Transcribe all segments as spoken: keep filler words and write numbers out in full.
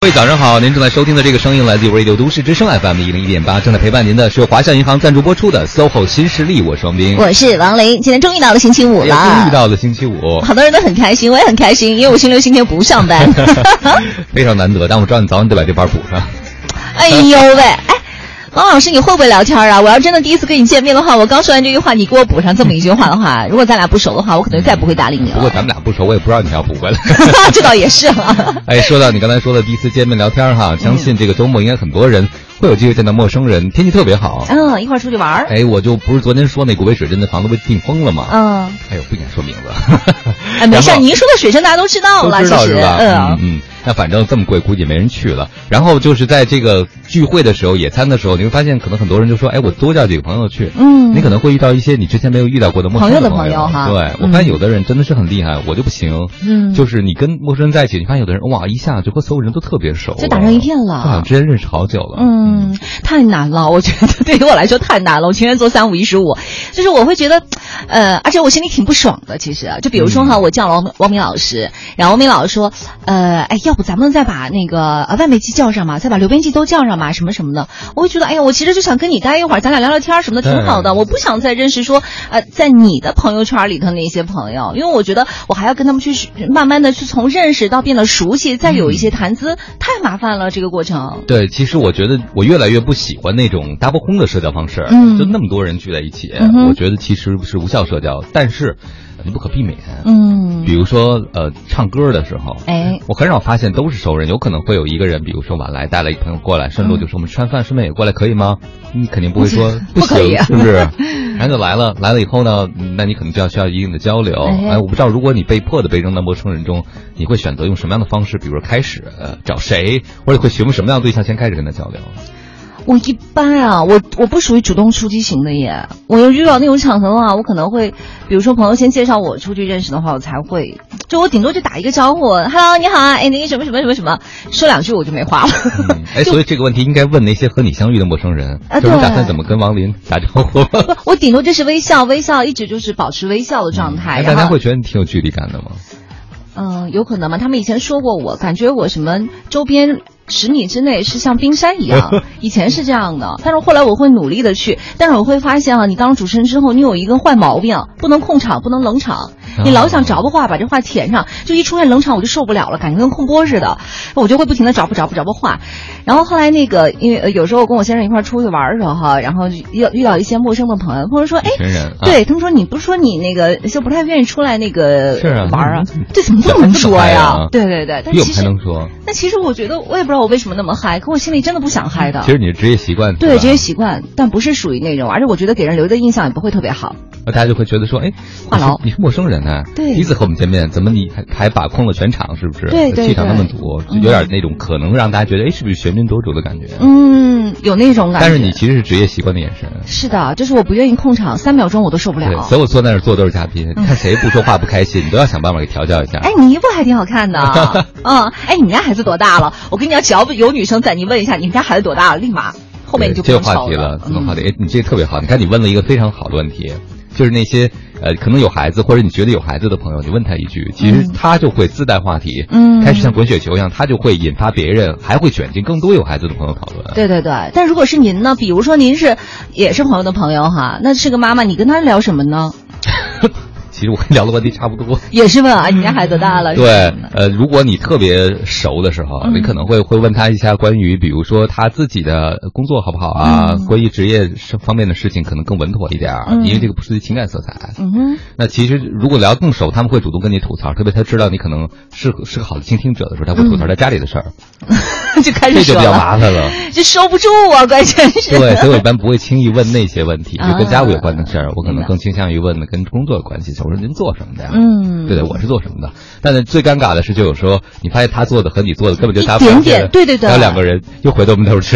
各位早上好，您正在收听的这个声音来自于 Radio 都市之声 F M 一零一点八，正在陪伴您的是华夏银行赞助播出的 S O H O 新势力，我是王斌， 我是王琳。今天终于到了星期五了， 终于到了星期五， 好多人都很开心，我也很开心，因为我星期六星期天不上班， 非常难得。但我知道你早晚得把这班补上。 哎呦喂，哎。王老师，你会不会聊天啊？我要真的第一次跟你见面的话，我刚说完这句话，你给我补上这么一句话的话，如果咱俩不熟的话，我可能再不会搭理你了。 不过咱们俩不熟，我也不知道你要补回来。 这倒也是啊。 哎，说到你刚才说的第一次见面聊天哈，相信这个周末应该很多人会有机会见到陌生人，天气特别好。 嗯，一块儿出去玩。 哎，我就不是昨天说那古北水镇的房子被订封了吗？ 嗯。 哎呦，不应该说名字。 哎，没事，您说的水镇大家都知道了， 都知道是吧？ 嗯嗯嗯。那反正这么贵，估计没人去了。然后就是在这个聚会的时候、野餐的时候，你会发现，可能很多人就说：“哎，我多叫几个朋友去。” 嗯， 你可能会遇到一些你之前没有遇到过的陌生的朋友哈。 对，我发现有的人真的是很厉害，我就不行。 嗯， 就是你跟陌生人在一起，你发现有的人哇，一下就和所有人都特别熟， 就打成一片了， 就好像之前认识好久了。 嗯，太难了，我觉得对于我来说太难了。我情愿做三五一十五，就是我会觉得，呃，而且我心里挺不爽的。其实，就比如说哈，我叫了王王明老师，然后王明老师说，呃，哎，要不咱们再把那个呃外媒记叫上嘛，再把刘编辑都叫上嘛，什么什么的。我会觉得，哎呀，我其实就想跟你待一会儿，咱俩聊聊天什么的，挺好的。我不想再认识说，呃，在你的朋友圈里头那些朋友，因为我觉得我还要跟他们去慢慢的去从认识到变得熟悉，再有一些谈资，嗯、太麻烦了这个过程。 对，其实我觉得我越来越不喜欢那种 double 轰的社交方式， 嗯， 就那么多人聚在一起， 嗯、 我觉得其实是无效社交，但是你不可避免。 嗯， 比如说呃唱歌的时候， 哎， 我很少发现都是熟人，有可能会有一个人，比如说晚来带了一个朋友过来，顺路就说我们吃完饭顺便也过来可以吗？你肯定不会说不行， 不是不是？然后就来了，来了以后呢，那你可能就要需要一定的交流。 哎， 哎，我不知道如果你被迫的被扔到陌生人中，你会选择用什么样的方式？比如说开始、呃、找谁，或者会询问什么样的对象先开始跟他交流？ 我一般啊，我我不属于主动出击型的耶。我要遇到那种场合啊，我可能会，比如说朋友先介绍我出去认识的话，我才会，就我顶多就打一个招呼 ，Hello， 你好啊，哎，那个什么什么什么什么，说两句我就没话了。 嗯、哎，所以这个问题应该问那些和你相遇的陌生人， 啊、 就是你打算怎么跟王林打招呼？ 不，我顶多就是微笑，微笑一直就是保持微笑的状态。 嗯、大家会觉得你挺有距离感的吗？ 嗯、呃，有可能吗？他们以前说过我，感觉我什么周边十米之内是像冰山一样，以前是这样的，但是后来我会努力的去，但是我会发现啊，你当了主持人之后，你有一个坏毛病，不能控场，不能冷场，你老想找不话把这话填上，就一出现冷场我就受不了了，感觉跟控播似的，我就会不停的找不找不找不话。然后后来那个，因为有时候我跟我先生一块出去玩的时候哈，然后遇遇到一些陌生的朋友，或者说哎， 啊、 对他们说你不是说你那个就不太愿意出来那个玩啊？这怎么这么说呀？ 啊、 对对对，但其实能说。 但其实我觉得我也不知道我为什么那么嗨，可我心里真的不想嗨的。 其实你是职业习惯。 对，职业习惯，但不是属于那种，而且我觉得给人留的印象也不会特别好。 大家就会觉得说，哎， 话痨， 你是陌生人啊， 对， 第一次和我们见面，怎么你还还把控了全场，是不是？ 对对对， 气场那么足，就有点那种可能让大家觉得，哎，是不是喧宾夺主的感觉？ 嗯，有那种感觉。 但是你其实是职业习惯的眼神。 是的，就是我不愿意控场，三秒钟我都受不了。 对，所有坐在那儿坐都是嘉宾，看谁不说话不开心，你都要想办法给调教一下。 哎，你衣服还挺好看的。嗯，哎，你们家孩子多大了？我跟你讲，只要有女生在，你问一下你们家孩子多大了，立马后面你就不用这个话题了，这个话题，哎，你这个特别好。你看，你问了一个非常好的问题。就是那些呃可能有孩子或者你觉得有孩子的朋友，你问他一句，其实他就会自带话题， 嗯， 开始像滚雪球一样，他就会引发别人，还会卷进更多有孩子的朋友讨论。 对对对，但如果是您呢？比如说您是也是朋友的朋友哈，那是个妈妈，你跟他聊什么呢？ 其实我跟聊的问题差不多， 也是问啊，你家孩子多大了？ 对，呃，如果你特别熟的时候，嗯、你可能会会问他一下关于，比如说他自己的工作好不好啊，嗯、关于职业方面的事情可能更稳妥一点，嗯、因为这个不是情感色彩。 嗯哼。 那其实如果聊更熟，他们会主动跟你吐槽，特别他知道你可能是是个好的倾听者的时候，他会吐槽他家里的事儿， 嗯、就开始这就比较麻烦了， 这收不住啊，关键是。 对，所以我一般不会轻易问那些问题，就跟家务有关的事儿，啊、我可能更倾向于问的跟工作有关系。我说您做什么的呀？ 嗯， 对对，我是做什么的？但是最尴尬的是，就有时候你发现他做的和你做的根本就搭不上边，对对对， 然后两个人又回到我们头吃。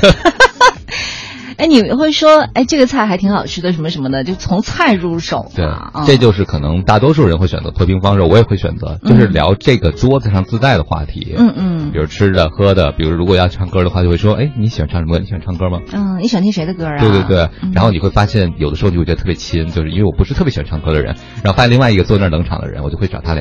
哎，你会说，哎，这个菜还挺好吃的，什么什么的，就从菜入手。 对， 嗯、 这就是可能大多数人会选择脱冰方式，我也会选择，就是聊这个桌子上自带的话题。 嗯嗯， 比如吃的、喝的，比如如果要唱歌的话，就会说，哎，你喜欢唱什么？你喜欢唱歌吗？ 嗯，你喜欢听谁的歌啊？ 对对对，嗯、然后你会发现，有的时候你会觉得特别亲，就是因为我不是特别喜欢唱歌的人，然后发现另外一个坐那儿冷场的人，我就会找他聊。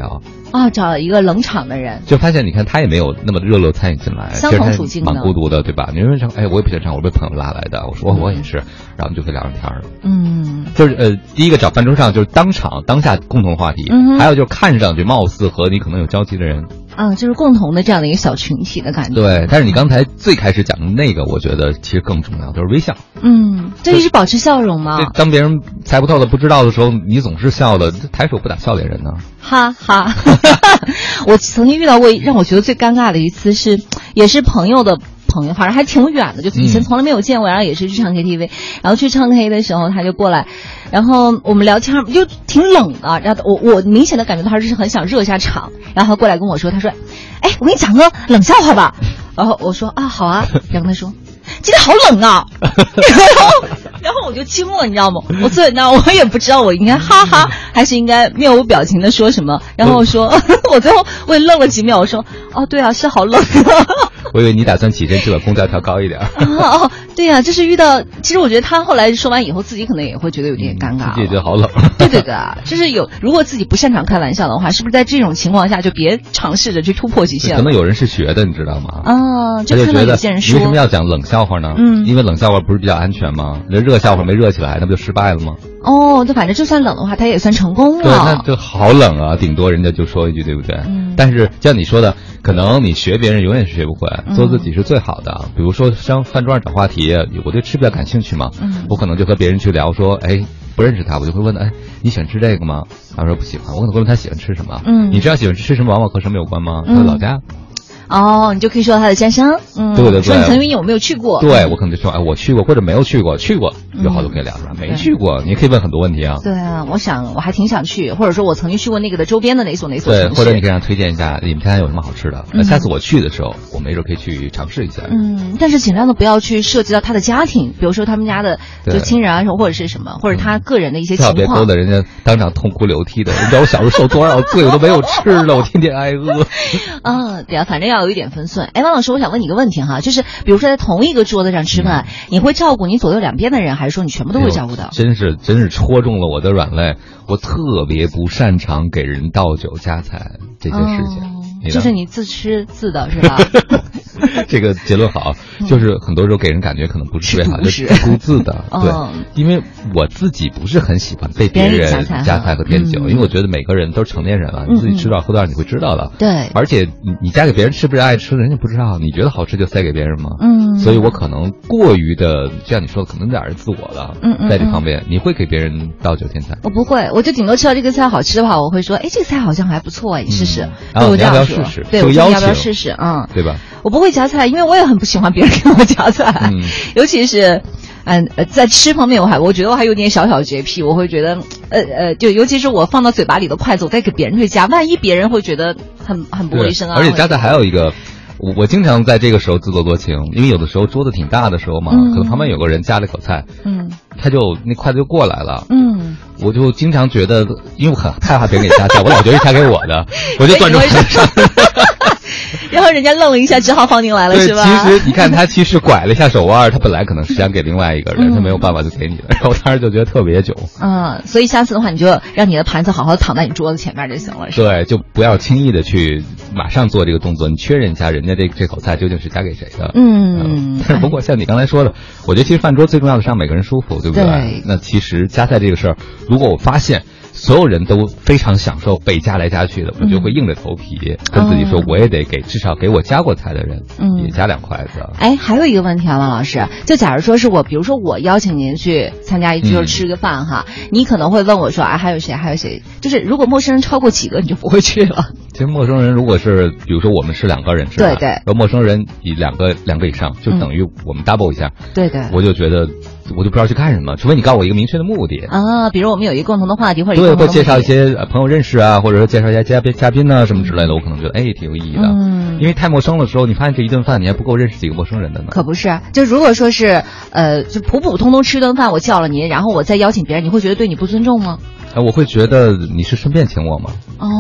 啊，找一个冷场的人， 就发现你看他也没有那么热络参与进来， 相同处境的， 蛮孤独的，对吧？你认为哎，我也不喜欢唱，我被朋友拉来的，我说我也是，然后你就可以聊上天了。 嗯， 就是呃，第一个找饭桌上就是当场当下共同话题， 嗯， 还有就是看上去貌似和你可能有交集的人。 嗯，就是共同的这样的一个小群体的感觉。 对，但是你刚才最开始讲的那个，我觉得其实更重要，就是微笑。 嗯，这就是保持笑容嘛。 当别人猜不透的、不知道的时候，你总是笑的，抬手不打笑脸人呢。 哈哈，我曾经遇到过让我觉得最尴尬的一次是，也是朋友的朋友，反正还挺远的，就以前从来没有见过，然后也是去唱 K T V， 然后去唱 K 的时候他就过来，然后我们聊天就挺冷的，然后我我明显的感觉他是很想热一下场，然后他过来跟我说，他说，哎，我给你讲个冷笑话吧，然后我说啊好啊，然后他说今天好冷啊，然后然后我就惊了，你知道吗？我所以呢，我也不知道我应该哈哈还是应该面无表情的说什么，然后我说我最后我也愣了几秒，我说哦对啊，是好冷啊。 我以为你打算起身去把空调调高一点。 哦哦，对呀、啊，就是遇到，其实我觉得他后来说完以后，自己可能也会觉得有点尴尬、嗯， 自己也觉得好冷。 对对对，就是有，如果自己不擅长开玩笑的话，是不是在这种情况下就别尝试着去突破极限了？ 可能有人是学的，你知道吗？ 啊， 就看到有些人说， 你为什么要讲冷笑话呢？ 嗯， 因为冷笑话不是比较安全吗？那热笑话没热起来，那不就失败了吗？ 哦，就反正就算冷的话，他也算成功了。 对，那就好冷啊，顶多人家就说一句，对不对？ 嗯。 但是像你说的，可能你学别人永远是学不会，做自己是最好的。 嗯、 比如说像饭桌上找话题，我对吃比较感兴趣嘛， 嗯， 我可能就和别人去聊说，哎，不认识他，我就会问他，哎，你喜欢吃这个吗？他说不喜欢，我可能会问他喜欢吃什么。 嗯， 你知道喜欢吃什么往往和什么有关吗？他说老家。 哦，你就可以说他的家乡，嗯， 对对对， 说你曾经有没有去过？ 对，我可能就说，哎，我去过或者没有去过，去过有好多可以聊是吧？没去过，你可以问很多问题啊。 对啊，我想我还挺想去，或者说我曾经去过那个的周边的哪所哪所城市。 对，或者你可以让他推荐一下你们家有什么好吃的，嗯、下次我去的时候，我没准可以去尝试一下。 嗯，但是尽量的不要去涉及到他的家庭，比如说他们家的就亲人啊，或者是什么，或者他个人的一些情况。 别勾搭人家当场痛哭流涕的，你知道我小时候受多少罪，我都没有吃了，我天天挨饿。 啊，对啊，反正要有一点分寸。哎，王老师，我想问你个问题哈，就是比如说在同一个桌子上吃饭，嗯、你会照顾你左右两边的人，还是说你全部都会照顾到？ 真是真是戳中了我的软肋，我特别不擅长给人倒酒夹菜这件事情。 哦、就是你自吃自的是吧？ 这个结论好，就是很多时候给人感觉可能不是特别好，就是自顾自的。对，哦、因为我自己不是很喜欢被别人夹菜和添酒，嗯、因为我觉得每个人都是成年人了，你自己吃多少喝多少你会知道的。 对， 而且你你夹给别人吃不是爱吃，人家不知道，你觉得好吃就塞给别人吗？ 嗯， 所以我可能过于的，就像你说的，可能有点是自我的。 嗯嗯， 在这方面，你会给别人倒酒添菜？ 我不会，我就顶多吃到这个菜好吃的话，我会说，哎，这个菜好像还不错，你试试。 然后你要不要试试？ 对，我要不要试试？嗯， 对吧？ 我不会夹菜，因为我也很不喜欢别人给我夹菜， 嗯、 尤其是，嗯、呃，在吃方面我还我觉得我还有点小小洁癖，我会觉得，呃呃，就尤其是我放到嘴巴里的筷子，我再给别人去夹，万一别人会觉得很很不卫生啊。 而且夹菜还有一个。我我经常在这个时候自作多情，因为有的时候桌子挺大的时候嘛，嗯、可能旁边有个人夹了口菜， 嗯， 他就那筷子就过来了， 嗯， 我就经常觉得，因为我很害怕别人给夹菜，我老觉得夹给我的，我就攥住筷子上。 然后人家愣了一下，只好放进来了，是吧？ 其实你看，他其实拐了一下手腕，他本来可能是想给另外一个人，嗯、他没有办法就给你了。然后我当时就觉得特别囧。 嗯，所以下次的话，你就让你的盘子好好躺在你桌子前面就行了。 对，就不要轻易的去马上做这个动作，你确认一下人家这这口菜究竟是夹给谁的。 嗯， 但是不过像你刚才说的，我觉得其实饭桌最重要的是让每个人舒服，对不对？ 对。 那其实夹菜这个事儿，如果我发现所有人都非常享受被夹来夹去的，我就会硬着头皮、嗯、跟自己说，我也得给至少给我夹过菜的人，嗯，也夹两筷子。 哎，还有一个问题啊，王老师，就假如说是我，比如说我邀请您去参加一桌吃个饭哈，嗯、你可能会问我说，啊，还有谁？还有谁？就是如果陌生人超过几个，你就不会去了。 其实陌生人如果是，比如说我们是两个人吃饭， 对对， 然后陌生人以两个两个以上，就等于我们 double 一下， 嗯、对对， 我就觉得。我就不知道去干什么，除非你告诉我一个明确的目的啊，比如我们有一个共同的话题，或者对，会介绍一些朋友认识啊，或者说介绍一下嘉宾嘉宾啊什么之类的，我可能觉得哎挺有意义的。 嗯， 因为太陌生的时候，你发现这一顿饭你还不够认识几个陌生人的呢。 可不是啊，就如果说是呃，就普普通通吃顿饭，我叫了您，然后我再邀请别人，你会觉得对你不尊重吗？ 哎，我会觉得你是顺便请我吗？ 哦。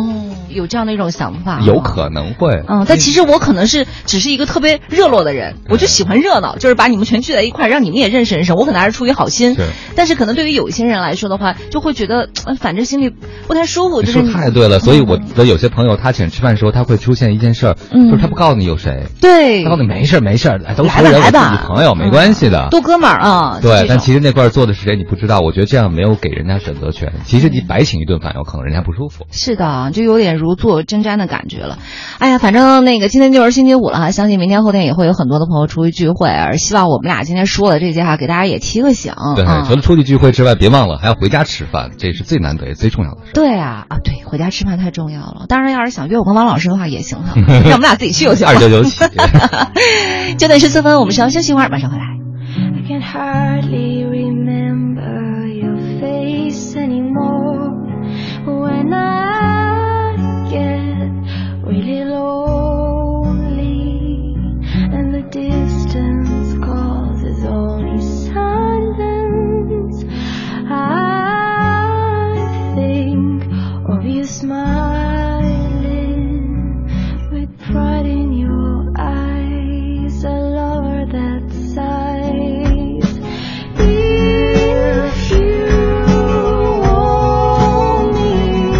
有这样的一种想法？ 有可能会。 嗯，但其实我可能是只是一个特别热络的人，我就喜欢热闹，就是把你们全聚在一块，让你们也认识认识。我可能还是出于好心， 是。 但是可能对于有一些人来说的话，就会觉得、呃、反正心里不太舒服。 你说太对了，所以我的有些朋友他请吃饭的时候，他会出现一件事儿、嗯，就是他不告诉你有谁， 对， 他告诉你没事没事，都来吧来吧， 自己朋友、嗯、没关系的， 多哥们儿啊。 对，但其实那块坐的是谁你不知道，我觉得这样没有给人家选择权。其实你白请一顿饭，有可能人家不舒服。 是的，就有点如坐针毡的感觉了。哎呀，反正那个今天就是星期五了哈，相信明天后天也会有很多的朋友出去聚会，而希望我们俩今天说的这些哈，给大家也提个醒。 对，嗯、除了出去聚会之外，别忘了还要回家吃饭，这是最难得也最重要的事。 对啊，啊对，回家吃饭太重要了。当然，要是想约我跟王老师的话也行哈，让我们俩自己去就行了。 二九九起。 九点十四分，我们稍休息一会儿，马上回来。 I can hardly remember your face anymore when I get really lonely and the distance causes only silence. I think of you smiling with pride in your eyes, a lover that sighs. If you want me,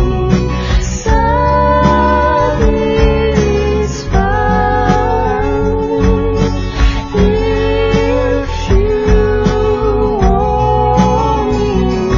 satisfied. If you want me,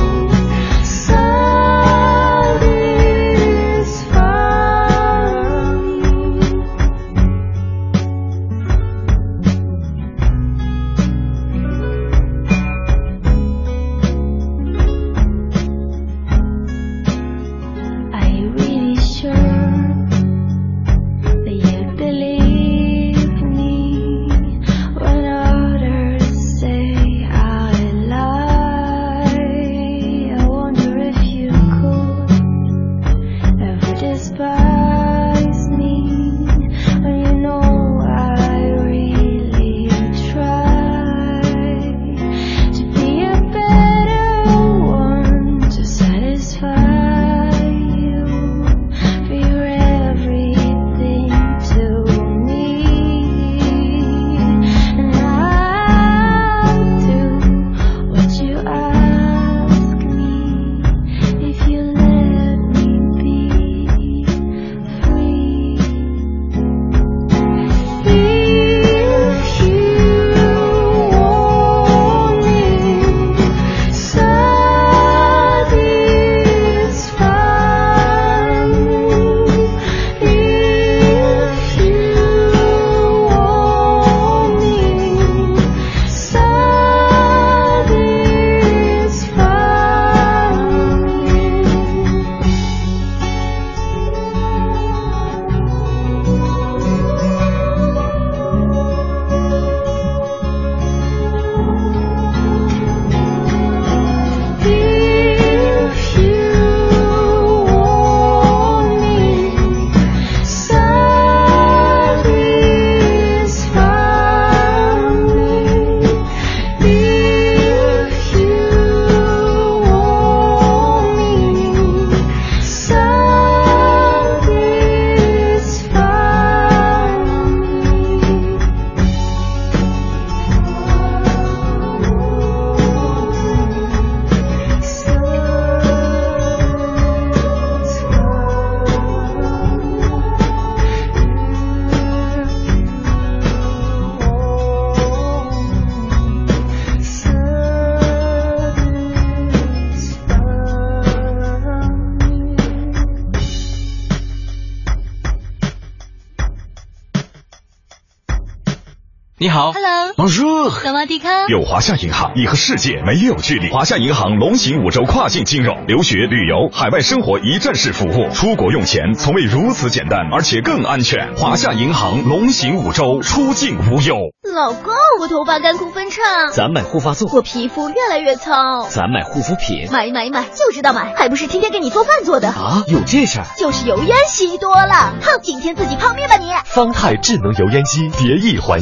你好 ，Hello， Bonjour， 萨瓦迪卡。 有华夏银行，你和世界没有距离。华夏银行龙行五洲跨境金融，留学、旅游、海外生活一站式服务，出国用钱从未如此简单，而且更安全。华夏银行龙行五洲，出境无忧。 老公，我头发干枯分叉， 咱买护发素。 我皮肤越来越糙， 咱买护肤品。 买买买，就知道买，还不是天天给你做饭做的啊？有这事儿？ 就是油烟吸多了。哼，今天自己泡面吧你。 方太智能油烟机，蝶翼环吸，全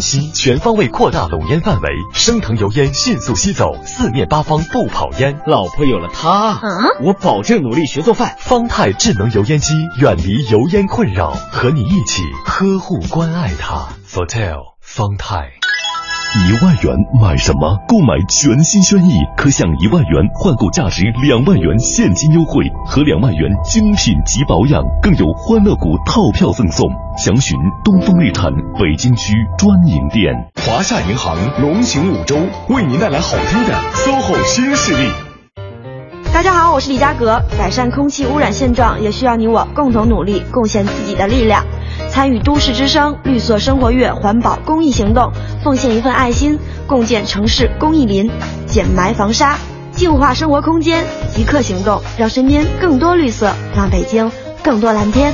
全方位扩大拢烟范围，升腾油烟迅速吸走，四面八方不跑烟。 老婆有了它， 嗯， 我保证努力学做饭。 方太智能油烟机，远离油烟困扰，和你一起呵护关爱它。Sotel 方太。 一万元买什么？购买全新轩逸，可享一万元换购价值两万元现金优惠和两万元精品级保养，更有欢乐谷套票赠送。详询东风日产北京区专营店。 华夏银行龙行五洲为您带来好听的 S O H O 新势力。 大家好，我是李佳格。改善空气污染现状，也需要你我共同努力，贡献自己的力量。参与都市之声绿色生活月环保公益行动，奉献一份爱心，共建城市公益林，减霾防沙，净化生活空间。即刻行动，让身边更多绿色，让北京更多蓝天。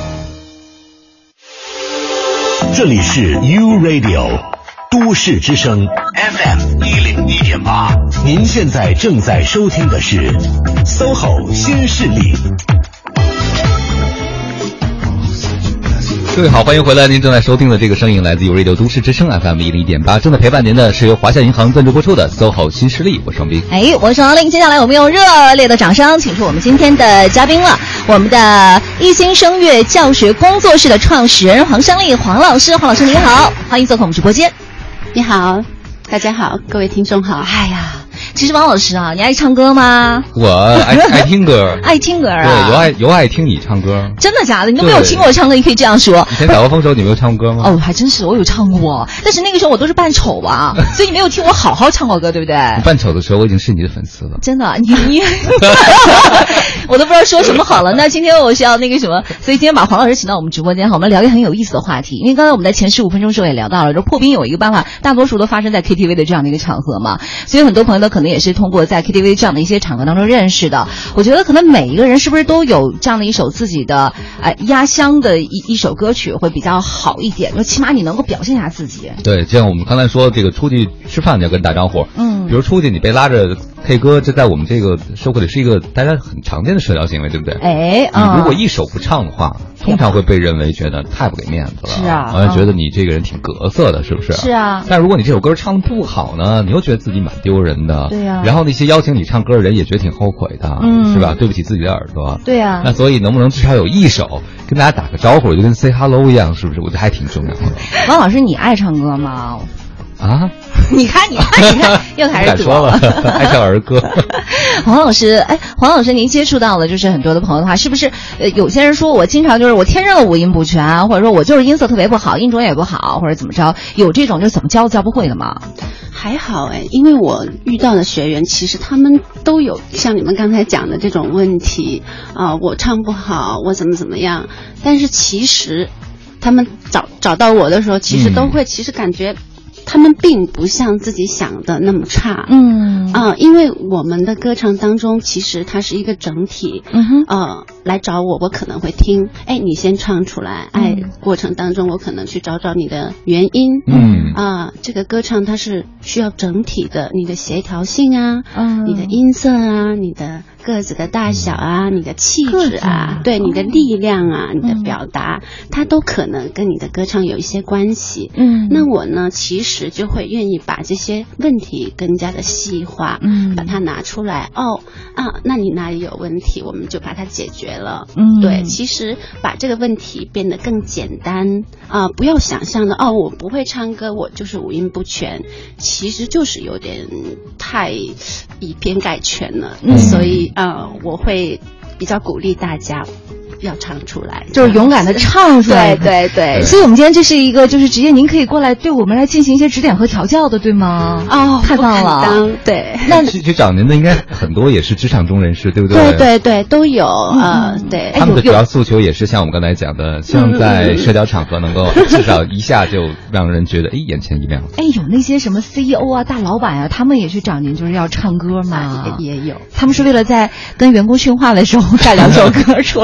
这里是 U Radio 都市之声 F M 一零一点八，您现在正在收听的是 S O H O 新势力。 各位好，欢迎回来！您正在收听的这个声音来自于 Radio 都市之声 F M 一零一点八，正在陪伴您的是由华夏银行赞助播出的 S O H O 新势力，我是王斌。 哎，我是王令。接下来我们用热烈的掌声，请出我们今天的嘉宾了，我们的一心声乐教学工作室的创始人黄香丽黄老师。黄老师您好，欢迎做客我们直播间。 你好，大家好，各位听众好。 哎呀，其实王老师啊，你爱唱歌吗？ 我爱爱听歌， 爱听歌啊。 对，有爱有爱听你唱歌。 真的假的？你都没有听我唱歌，你可以这样说。 以前打过风时候你没有唱歌吗？ 哦，还真是，我有唱过，但是那个时候我都是扮丑吧，所以你没有听我好好唱过歌，对不对？ 你扮丑的时候我已经是你的粉丝了。 真的，你你，我都不知道说什么好了。那今天我是要那个什么，所以今天把黄老师请到我们直播间，我们聊一个很有意思的话题。因为刚才我们在前十五分钟时候也聊到了，就破冰有一个办法，大多数都发生在 K T V 的这样的一个场合嘛，所以很多朋友呢可能也是通过在 K T V 这样的一些场合当中认识的。我觉得可能每一个人是不是都有这样的一首自己的呃压箱的一一首歌曲会比较好一点，就起码你能够表现一下自己。 对，就像我们刚才说，这个出去吃饭你要跟打招呼， 嗯， 比如出去你被拉着 K 歌，这在我们这个社会里是一个大家很常见的社交行为，对不对？ 哎，嗯、 你如果一首不唱的话，通常会被认为觉得太不给面子了， 是啊， 好像觉得你这个人挺格色的，是不是？ 是啊。 但如果你这首歌唱的不好呢，你又觉得自己蛮丢人的， 对呀、啊。 然后那些邀请你唱歌的人也觉得挺后悔的， 嗯， 是吧？对不起自己的耳朵， 对呀、啊。 那所以能不能至少有一首跟大家打个招呼，就跟 say hello 一样，是不是？我觉得还挺重要的。 王老师，你爱唱歌吗？ 啊， 你看，你看，你看，又开始不敢说了，爱唱儿歌。 黄老师，哎，黄老师，您接触到的就是很多的朋友的话，是不是？呃，有些人说我经常就是我天生的五音不全，或者说我就是音色特别不好，音准也不好，或者怎么着？有这种就怎么教都教不会的吗？ 还好哎，因为我遇到的学员，其实他们都有像你们刚才讲的这种问题啊、呃，我唱不好，我怎么怎么样，但是其实他们找找到我的时候，其实都会，嗯、其实感觉。他们并不像自己想的那么差， 嗯啊、呃，因为我们的歌唱当中，其实它是一个整体， 嗯哼， 呃，来找我，我可能会听，哎，你先唱出来，哎，嗯、过程当中我可能去找找你的原因， 嗯啊、呃，这个歌唱它是需要整体的，你的协调性啊， 嗯， 你的音色啊，你的个子的大小啊，你的气质啊，对，你的力量啊，你的表达，嗯、它都可能跟你的歌唱有一些关系， 嗯， 那我呢，其实。就会愿意把这些问题更加的细化， 嗯， 把它拿出来。哦啊，那你哪里有问题，我们就把它解决了。 嗯， 对，其实把这个问题变得更简单啊、呃，不要想象的哦，我不会唱歌，我就是五音不全，其实就是有点太以偏概全了。 嗯， 所以呃，我会比较鼓励大家。要唱出来， 就是勇敢的唱出来。 对对对， 所以我们今天这是一个就是直接您可以过来对我们来进行一些指点和调教的，对吗？ 哦， 太棒了。 对， 那去去找您的应该很多也是职场中人士，对不对？ 对对对，都有呃，对。 他们的主要诉求也是像我们刚才讲的，希望在社交场合能够至少一下就让人觉得哎眼前一亮。 哎，有那些什么 C E O 啊、大老板啊，他们也去找您，就是要唱歌嘛？ 也也有。 他们是为了在跟员工训话的时候带两首歌出来。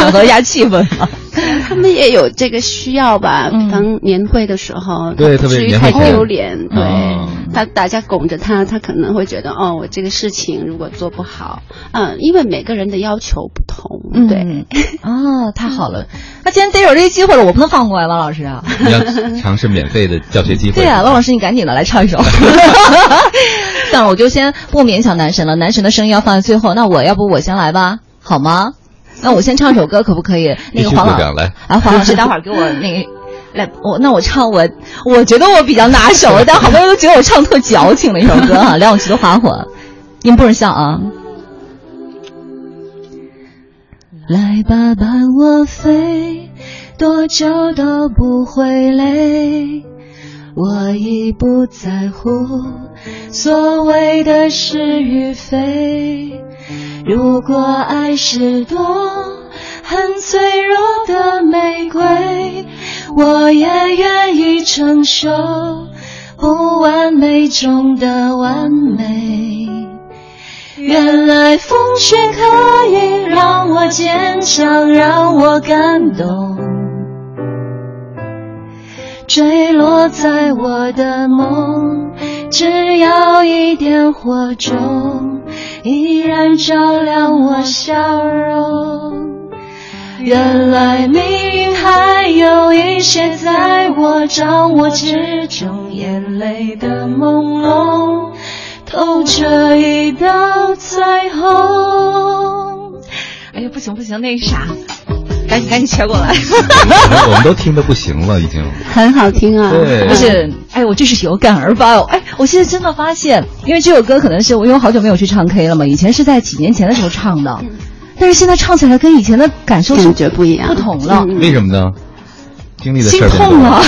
缓和一下气氛嘛。 他们也有这个需要吧？嗯、当年会的时候， 对， 不至于太丢脸。对、嗯，他大家拱着他，他可能会觉得哦，我这个事情如果做不好，嗯，因为每个人的要求不同。 嗯、 对， 哦，太好了。那既然得有这个机会了，我不能放过呀，王老师啊！ 你要尝试免费的教学机会。 对啊，王老师，你赶紧的来唱一首。算了，我就先不勉强男神了，男神的声音要放在最后。那我要不我先来吧，好吗？那我先唱首歌可不可以？那个黄老来啊，黄老师，待会儿给我那个来，我那我唱我我觉得我比较拿手，但好多人都觉得我唱特矫情的一首歌哈，梁咏琪的《花火》，您不能笑啊。来吧，伴我飞，多久都不会累。我已不在乎所谓的是与非。如果爱是朵很脆弱的玫瑰，我也愿意承受不完美中的完美。原来风雪可以让我坚强，让我感动，坠落在我的梦，只要一点火种，依然照亮我笑容。原来命运还有一些在我掌握之中，眼泪的朦胧透着一道彩虹。哎呀，不行不行，那啥，赶紧赶紧切过来。 我们都听得不行了，已经很好听啊。 对， 不是，哎，我这是有感而发哦。哎，我现在真的发现，因为这首歌可能是我因为好久没有去唱 K 了嘛，以前是在几年前的时候唱的，嗯、但是现在唱起来跟以前的感受感觉不一样， 不同了。 嗯、为什么呢？经历的事儿心痛了。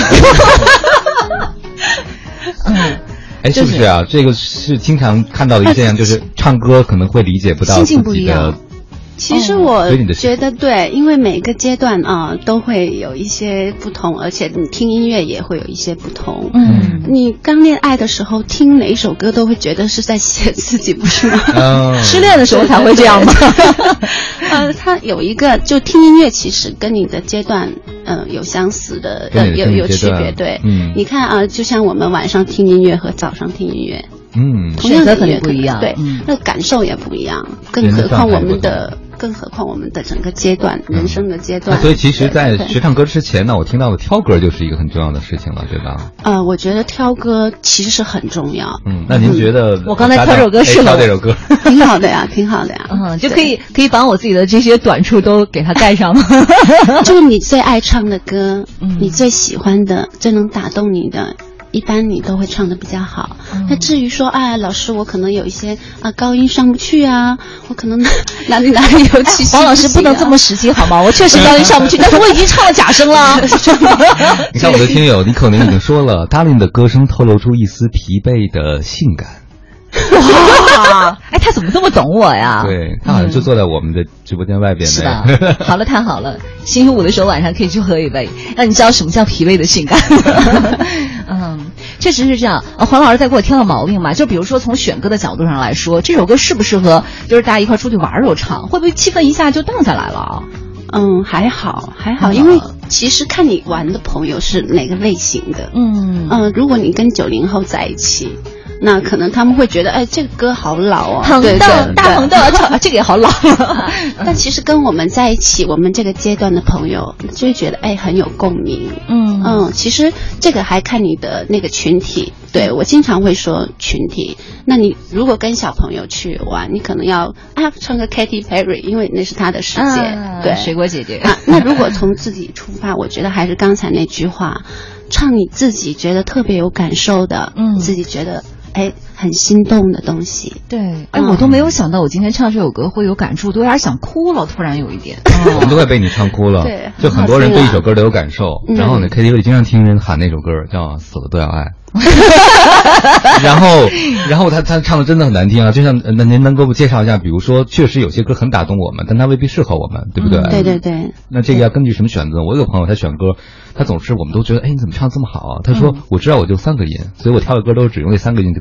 嗯。哎，是不是啊？这个是经常看到的一个现象，就是唱歌可能会理解不到自己的。 其实我觉得对，因为每个阶段啊都会有一些不同，而且你听音乐也会有一些不同。嗯，你刚恋爱的时候听哪一首歌都会觉得是在写自己，不是吗？ 嗯、 失恋的时候才会这样吗？ 呃，它有一个，就听音乐其实跟你的阶段，呃，有相似的，呃，有有区别。对，嗯，你看啊、呃，就像我们晚上听音乐和早上听音乐。 嗯， 同样的肯定不一样， 对，嗯、那感受也不一样，更何况我们的，更何况我们的整个阶段，嗯、人生的阶段。 所以其实，在学唱歌之前呢，我听到的挑歌就是一个很重要的事情了，对吧？ 呃，我觉得挑歌其实是很重要。 嗯，那您觉得？ 我刚才挑首歌是挑这首歌， 挺好的呀，挺好的呀。 嗯，就可以可以把我自己的这些短处都给它盖上吗？ 就是你最爱唱的歌，嗯、你最喜欢的，最能打动你的。一般你都会唱得比较好，嗯、那至于说，哎，老师，我可能有一些啊高音上不去啊，我可能哪里哪里有气息、啊。 黄老师不能这么实际好吗？我确实高音上不去，但是我已经唱了假声了。 你看我的听友，你可能已经说了 ，Darling 的歌声透露出一丝疲惫的性感。 哇，哎，他怎么这么懂我呀？ 对，他好像就坐在我们的直播间外边。 是吧？好了，太好了，星期五的时候晚上可以去喝一杯，让你知道什么叫疲惫的性感。嗯，确实是这样。呃，黄老师在给我挑了毛病嘛，就比如说从选歌的角度上来说，这首歌适不适合就是大家一块出去玩的时候唱？会不会气氛一下就荡下来了？ 嗯，还好，还好，因为其实看你玩的朋友是哪个类型的。嗯嗯、呃，如果你跟九零后在一起。那可能他们会觉得，哎，这个歌好老啊， 对对，大红豆唱，这个也好老。 但其实跟我们在一起，我们这个阶段的朋友就会觉得，哎，很有共鸣。嗯嗯，其实这个还看你的那个群体。对，我经常会说群体。那你如果跟小朋友去玩，你可能要啊唱个 Katy Perry， 因为那是他的世界。啊、对， 水果姐姐。 啊，那如果从自己出发，我觉得还是刚才那句话，唱你自己觉得特别有感受的，嗯，自己觉得。哎，很心动的东西。 对，哎，嗯、我都没有想到我今天唱这首歌会有感触，都有点想哭了。突然有一点， 我们都快被你唱哭了。 对， 就很多人对一首歌都有感受。嗯、然后呢 ，K T V 里经常听人喊那首歌叫《死了都要爱》。然后，然后他他唱的真的很难听啊！就像那您能给我介绍一下，比如说，确实有些歌很打动我们，但它未必适合我们，对不对？ 嗯、对对对。 那这个要根据什么选择？我有个朋友，他选歌，他总是我们都觉得，哎，你怎么唱这么好啊？他说，嗯、我知道我就三个音，所以我挑的歌都是只用那三个音就可以唱完了。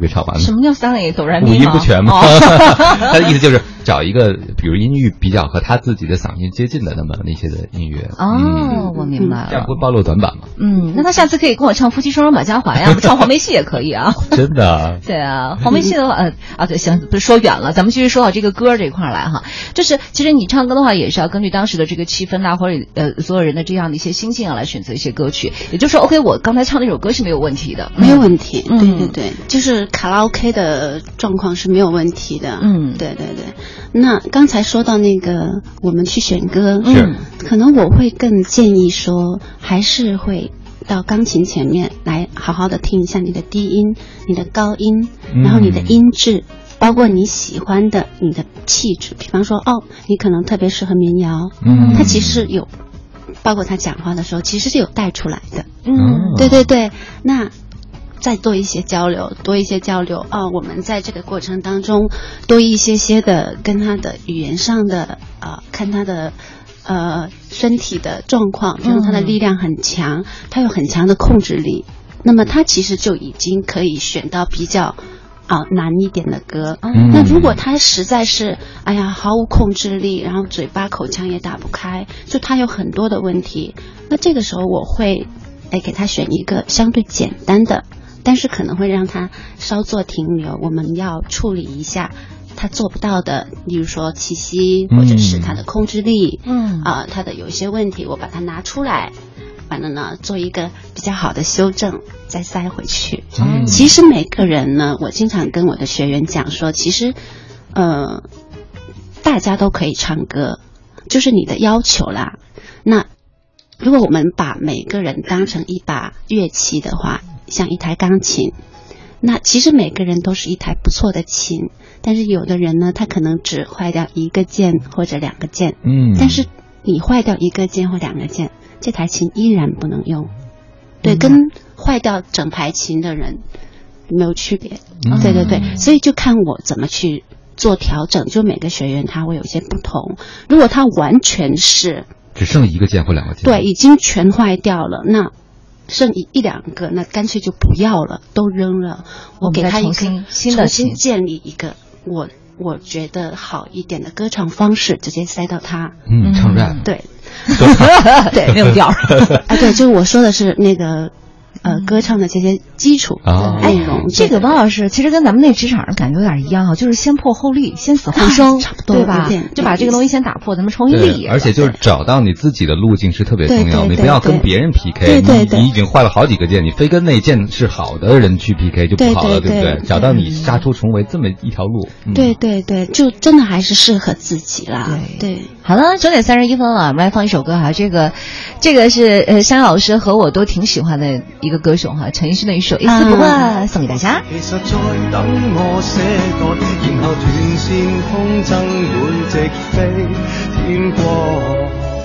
什么叫三类哆来咪？ 五音不全吗？ 哦、 他的意思就是找一个，比如音域比较和他自己的嗓音接近的那么那些的音乐。 哦， 嗯、 我明白了， 这样不会暴露短板吗？ 嗯，那他下次可以跟我唱《夫妻双人马家环》呀，唱黄梅戏也可以啊。 真的、啊？ 对啊，黄梅戏的话，呃啊，对，行，不是说远了，咱们继续说到这个歌这一块来哈。就是其实你唱歌的话，也是要根据当时的这个气氛啊，或者呃所有人的这样的一些心境啊，来选择一些歌曲。也就是说 ，OK， 我刚才唱那首歌是没有问题的， 没有问题。 嗯、 对对对，就是卡拉 OK 的状况是没有问题的。 嗯， 对对对。那刚才说到那个，我们去选歌， 是可能我会更建议说，还是会到钢琴前面来好好的听一下你的低音、你的高音， 嗯、 然后你的音质。包括你喜欢的你的气质，比方说哦，你可能特别适合民谣， 嗯， 它其实有，包括他讲话的时候，其实是有带出来的， 嗯， 对对对，那再多一些交流，多一些交流啊、哦，我们在这个过程当中多一些些的跟他的语言上的啊、呃，看他的呃身体的状况，就是他的力量很强，他有很强的控制力，那么他其实就已经可以选到比较。啊，难一点的歌、嗯。那如果他实在是，哎呀，毫无控制力，然后嘴巴口腔也打不开，就他有很多的问题。那这个时候我会，哎，给他选一个相对简单的，但是可能会让他稍作停留。我们要处理一下他做不到的，例如说气息，或者是他的控制力，嗯，啊、呃，他的有一些问题，我把它拿出来。完了呢，做一个比较好的修正，再塞回去。嗯，其实每个人呢，我经常跟我的学员讲说，其实，呃，大家都可以唱歌，就是你的要求啦。那如果我们把每个人当成一把乐器的话，像一台钢琴，那其实每个人都是一台不错的琴，但是有的人呢，他可能只坏掉一个键或者两个键，嗯，但是你坏掉一个键或两个键。这台琴依然不能用，对，跟坏掉整排琴的人没有区别。嗯、对对对，所以就看我怎么去做调整。就每个学员他会有一些不同。如果他完全是只剩一个键或两个键， 对，已经全坏掉了，那剩一一两个，那干脆就不要了，都扔了。我给他一个新的重新建立一个我我觉得好一点的歌唱方式，直接塞到他。 嗯，唱 rap。 对。 对，那种调啊，对，就是我说的是那个呃歌唱的这些基础的内容。 哎、这个王老师其实跟咱们那职场上感觉有点一样哈，就是先破后立，先死后生， 差不多对吧？就把这个东西先打破，咱们重新立。 而且就是找到你自己的路径是特别重要，你不要跟别人 P K。 对对对， 你已经坏了好几个键，你非跟那键是好的人去 P K 就不好了， 对不对？找到你杀出重围这么一条路。 嗯、对对对，就真的还是适合自己啦。对对。 好了，九点三十一分了，我们来放一首歌哈。这个，这个是呃，香老师和我都挺喜欢的一个歌手哈，陈奕迅的一首《一丝不挂》送给大家。 其實再等我寫歌，然後斷線風箏會直飛天國。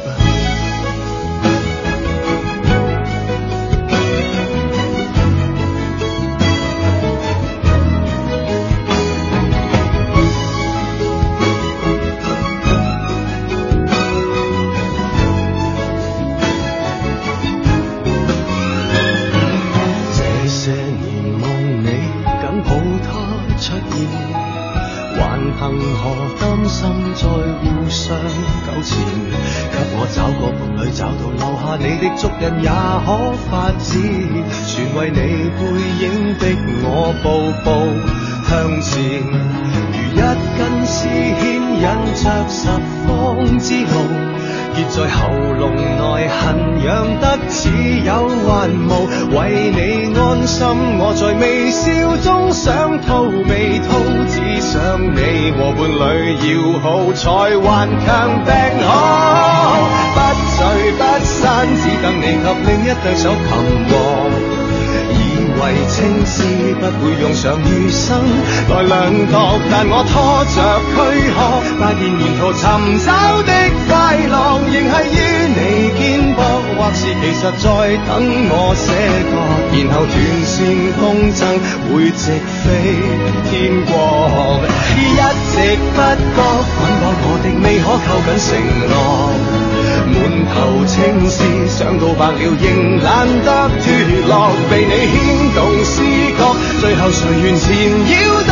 幸何擔心再互相糾纏，給我找個伴侶，找到留下你的足印也可發展，全為你背影逼我步步向前，如一根絲牽引着十方之路，結在喉嚨內痕癢得似有還無，為你安心我在微笑中想吐未吐，只想你和伴侶要好才頑強病好，不聚不散只等你及另一對手擒獲，以為青絲不會用上餘生來量度，但我拖着軀殼發現沿途尋找的快樂仍係於你肩膊，或是其實在等我寫歌，然後斷線風箏會直飛天國，一直不覺捆綁我的未可扣緊承諾，滿頭青絲想到白了仍懶得脫落，被你牽動思覺，最後誰願纏繞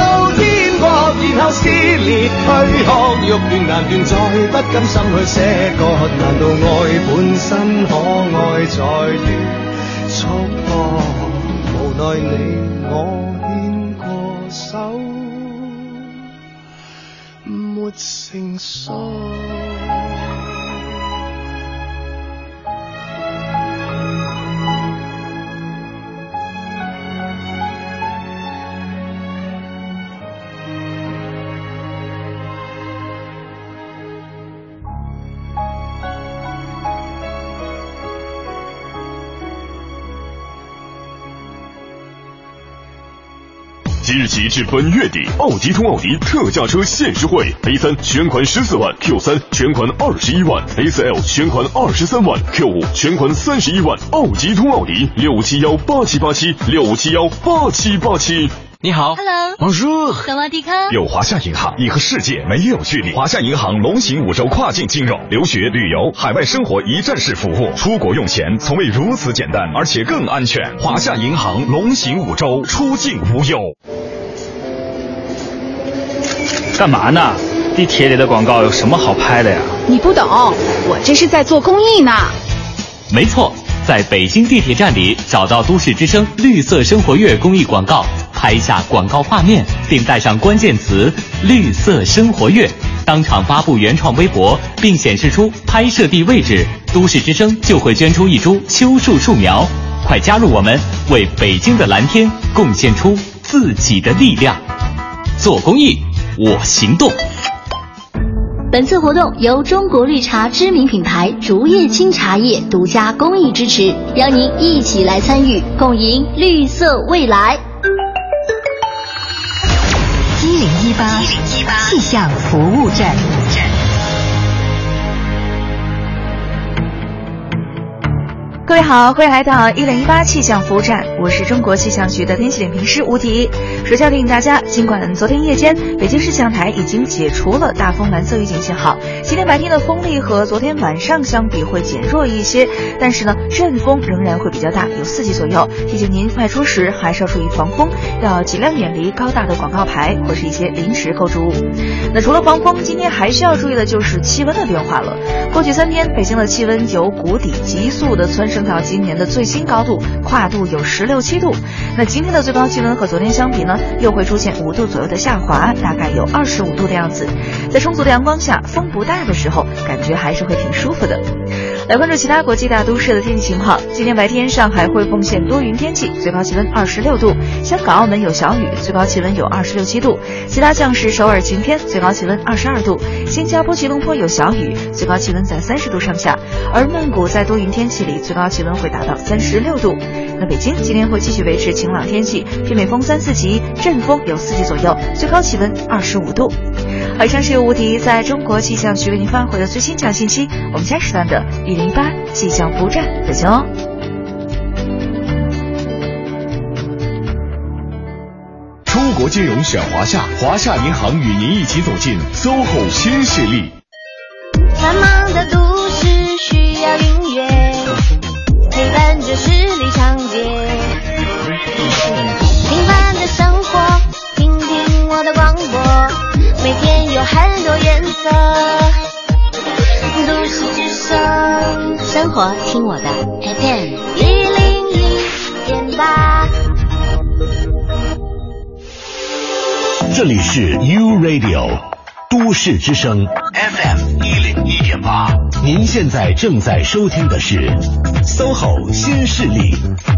烈軀殼，欲斷難斷，再不甘心去捨割。難道愛本身可愛在於束縛？無奈你我牽過手，沒成熟。 即日起至本月底，奥迪通奥迪特价车限时惠 ：A 三全款十四万 ，Q 三全款二十一万 ，A 四 L 全款二十三万 ，Q 五全款三十一万。奥迪通奥迪六七幺八七八七六七幺八七八七。 你好 ，Hello， Bonjour， 萨瓦迪卡。 有华夏银行，你和世界没有距离。华夏银行龙行五洲跨境金融，留学、旅游、海外生活一站式服务，出国用钱从未如此简单，而且更安全。华夏银行龙行五洲，出境无忧。 干嘛呢？地铁里的广告有什么好拍的呀？ 你不懂，我这是在做公益呢。 没错，在北京地铁站里找到都市之声绿色生活月公益广告，拍下广告画面，并带上关键词绿色生活月，当场发布原创微博，并显示出拍摄地位置，都市之声就会捐出一株秋树树苗。快加入我们，为北京的蓝天贡献出自己的力量。做公益，我行动。 本次活动由中国绿茶知名品牌竹叶青茶叶独家公益支持，邀您一起来参与，共赢绿色未来。 一零一八气象服务站。 各位好，欢迎来到一零一八气象服务站，我是中国气象局的天气点评师吴迪。首先要提醒大家，尽管昨天夜间北京市气象台已经解除了大风蓝色预警信号，今天白天的风力和昨天晚上相比会减弱一些，但是呢，阵风仍然会比较大，有四级左右。提醒您外出时还是要注意防风，要尽量远离高大的广告牌或是一些临时构筑物。那除了防风，今天还需要注意的就是气温的变化了。过去三天，北京的气温由谷底急速的蹿升到今年的最新高度，跨度有十六七度。那今天的最高气温和昨天相比呢，又会出现五度左右的下滑，大概有二十五度的样子。在充足的阳光下，风不大的时候，感觉还是会挺舒服的。来关注其他国际大都市的天气情况。今天白天，上海会奉县多云天气，最高气温二十六度；香港、澳门有小雨，最高气温有二十六七度；其他像是首尔晴天，最高气温二十二度；新加坡吉隆坡有小雨，最高气温在三十度上下；而曼谷在多云天气里，最高气温会达到三十六度。那北京今天会继续维持晴朗天气，偏北风三四级，阵风有四级左右，最高气温二十五度。好，以上是由吴迪在中国气象局为您发回的最新气象信息。我们下时段的一零八气象服务站再见哦。 出国金融选华夏，华夏银行与您一起走进 S O H O 新势力。 繁忙的都市需要音乐，陪伴着十里长街。平凡的生活，听听我的广播，每天有很多颜色。都市之声， 生活听我的 F M 一零一点八。 这里是 U Radio 都市之声 F M 一零一点八，您现在正在收听的是 S O H O 新势力。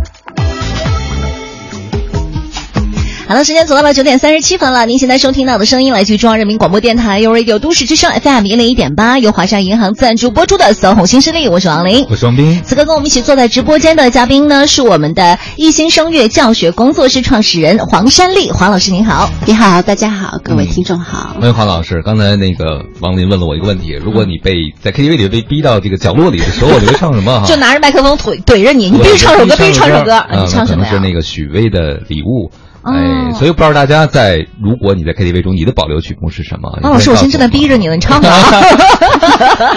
好了，时间走到了九点三十七分了。您现在收听到的声音来自于中央人民广播电台 U Radio 都市之声 F M 一零一点八，由华夏银行赞助播出的 S O H O 新势力，我是王琳， 我是王斌。 此刻跟我们一起坐在直播间的嘉宾呢，是我们的一心声乐教学工作室创始人黄山丽，黄老师您好。 你好，大家好，各位听众好。 欢迎黄老师。刚才那个王林问了我一个问题，如果你被在 K T V 里被逼到这个角落里的时候，你会唱什么？ 就拿着麦克风怼怼着你，你必须唱首歌，必须唱首歌。你唱什么呀？ 可能是那个许巍的礼物。哎，所以不知道大家在，如果你在 K T V 中，你的保留曲目是什么？ 王老师，我现在正在逼着你了，你唱吧。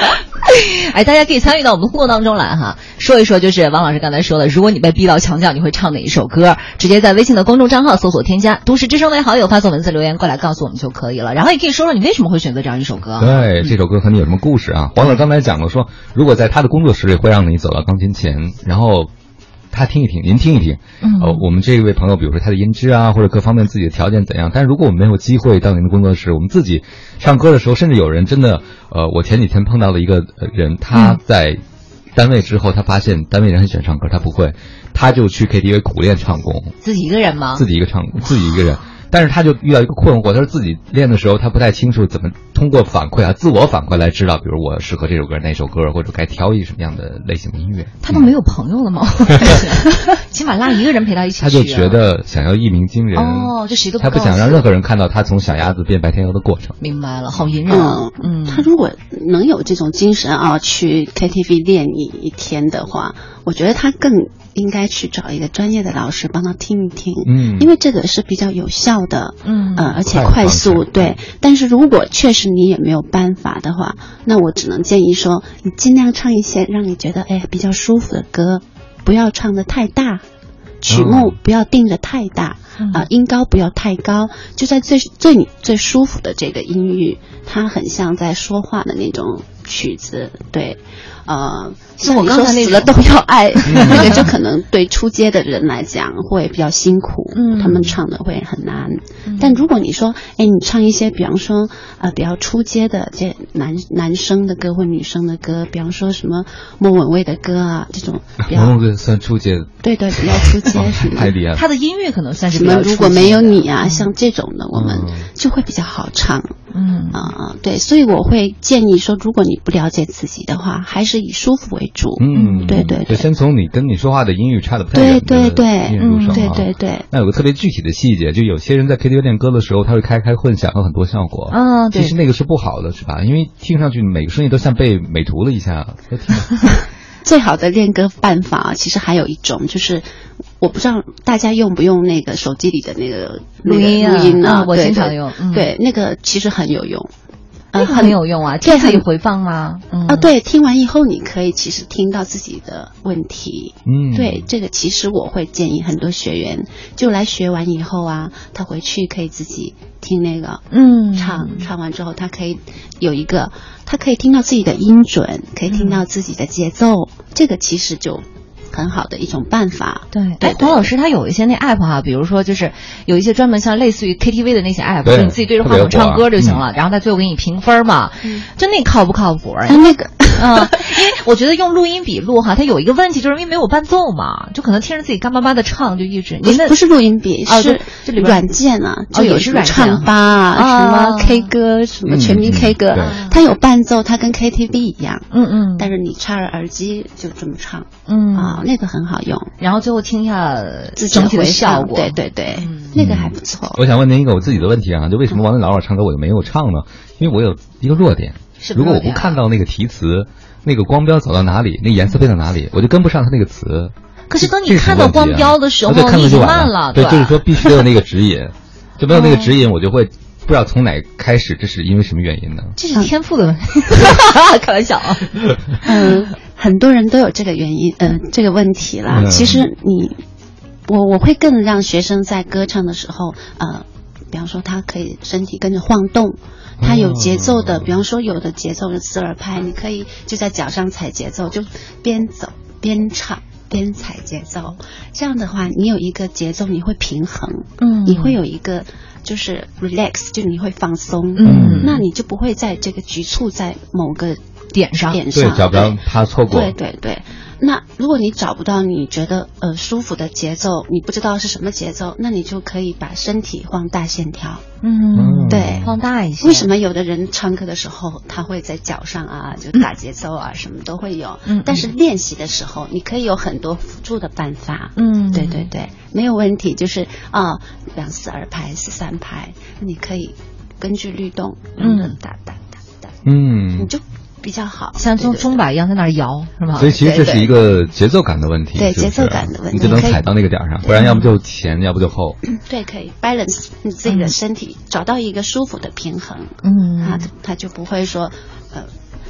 哎，大家可以参与到我们的互动当中来哈，说一说就是王老师刚才说的，如果你被逼到墙角，你会唱哪一首歌？直接在微信的公众账号搜索添加都市之声为好友，发送文字留言过来告诉我们就可以了。然后也可以说说你为什么会选择这样一首歌。 对，这首歌和你有什么故事啊？黄老师刚才讲了说，如果在他的工作室里会让你走到钢琴前，然后他听一听，您听一听， 嗯， 呃，我们这一位朋友，比如说他的音质啊，或者各方面自己的条件怎样，但是如果我们没有机会到您的工作室，我们自己唱歌的时候，甚至有人真的，呃，我前几天碰到了一个人，他在单位之后，他发现单位人很喜欢唱歌，他不会，他就去 K T V 苦练唱功， 自己一个人吗？ 自己一个唱，自己一个人。但是他就遇到一个困惑，他说自己练的时候他不太清楚怎么通过反馈啊，自我反馈来知道，比如我适合这首歌那首歌，或者该挑一什么样的类型的音乐。 他都没有朋友了吗？起码拉一个人陪他一起去、啊。 他就觉得想要一鸣惊人哦，这谁都不他不想让任何人看到他从小鸭子变白天鹅的过程。 明白了，好隐忍啊。 嗯，他如果能有这种精神啊，去 K T V 练一一天的话，我觉得他更应该去找一个专业的老师帮他听一听。嗯，因为这个是比较有效的，嗯，呃，而且快速，对。但是如果确实你也没有办法的话，那我只能建议说，你尽量唱一些让你觉得哎比较舒服的歌，不要唱得太大，曲目不要定得太大，啊、嗯呃，音高不要太高，就在最最你最舒服的这个音域，它很像在说话的那种曲子，对。呃，像我刚才那死了都要爱，那个就可能对初阶的人来讲会比较辛苦，嗯，他们唱的会很难。嗯、但如果你说，哎，你唱一些，比方说，呃，比较初阶的这男男生的歌或女生的歌，比方说什么莫文蔚的歌啊，这种比较， 莫文蔚算初阶的， 对对，比较初阶什么， 太厉害了。 他的音乐可能算是什么如果没有你啊，嗯、像这种的，我们就会比较好唱。嗯啊、呃，对，所以我会建议说，如果你不了解自己的话，还是以舒服为主。嗯，对对对， 就先从你跟你说话的音域差的不太远的对对对， 音乐入手、啊、 对对对。 那有个特别具体的细节，就有些人在 K T V 练歌的时候，他会开开混响，有很多效果。 啊，对。 其实那个是不好的，是吧？因为听上去每个声音都像被美图了一下。 最好的练歌办法其实还有一种，就是我不知道大家用不用那个手机里的那个录音啊， 录音啊， 嗯、我经常用。 嗯、对，那个其实很有用。 呃，很有用啊，听自己回放吗？嗯、 啊，对，听完以后你可以其实听到自己的问题。 嗯， 对，这个其实我会建议很多学员，就来学完以后啊，他回去可以自己听那个， 嗯， 唱唱完之后，他可以有一个，他可以听到自己的音准，可以听到自己的节奏，嗯、这个其实就很好的一种办法。 对，哎，黄老师他有一些那 app 哈、啊，比如说就是有一些专门像类似于 K T V 的那些 app， 你自己对着话筒唱歌就行了，嗯、然后他最后给你评分嘛，嗯、就那靠不靠谱啊？ 啊那个啊，因为我觉得用录音笔录哈，它有一个问题，就是因为没有伴奏嘛，就可能听着自己干巴巴的唱，就一直。 您的不是录音笔， 啊、 是这里软件啊，就有什么唱吧啊，什么 K 歌，什么全民 K 歌， 嗯、 它有伴奏，它跟 K T V 一样。 嗯嗯。 但是你插着耳机就这么唱， 嗯啊，那个很好用。 然后最后听一下自己整体的效果， 对对对，嗯、那个还不错。 我想问您一个我自己的问题啊，就为什么王文老师唱歌我就没有唱呢？因为我有一个弱点，如果我不看到那个题词。那个光标走到哪里，那颜色变到哪里，我就跟不上它那个词。 可是当你看到光标的时候， 啊、 你已经慢了。 对，就是说必须得有那个指引，就没有那个指引，我就会不知道从哪开始，这是因为什么原因呢？ 这是天赋的问题，开玩笑啊。 嗯，很多人都有这个原因，嗯、呃，这个问题啦。嗯、其实你，我我会更让学生在歌唱的时候，呃，比方说他可以身体跟着晃动。它有节奏的，比方说有的节奏的四二拍，你可以就在脚上踩节奏，就边走边唱边踩节奏。这样的话，你有一个节奏，你会平衡，嗯，你会有一个就是 relax， 就你会放松，嗯，那你就不会在这个局促在某个点上， 点上， 对，找不着怕错过。 对对对。那如果你找不到你觉得呃舒服的节奏，你不知道是什么节奏，那你就可以把身体放大线条， 嗯， 对， 放大一些。 为什么有的人唱歌的时候他会在脚上啊就打节奏啊，嗯、什么都会有，嗯，但是练习的时候你可以有很多辅助的办法，嗯，对对对，没有问题，就是啊两四二拍四三拍，你可以根据律动，嗯，打打打打， 嗯， 你就。比较好， 像钟钟摆一样在那儿摇，是吧？ 所以其实这是一个节奏感的问题， 对节奏感的问题， 你就能踩到那个点上，不然要不就前，要不就后。 对，可以 balance 你自己的身体，嗯、找到一个舒服的平衡，嗯，它它就不会说呃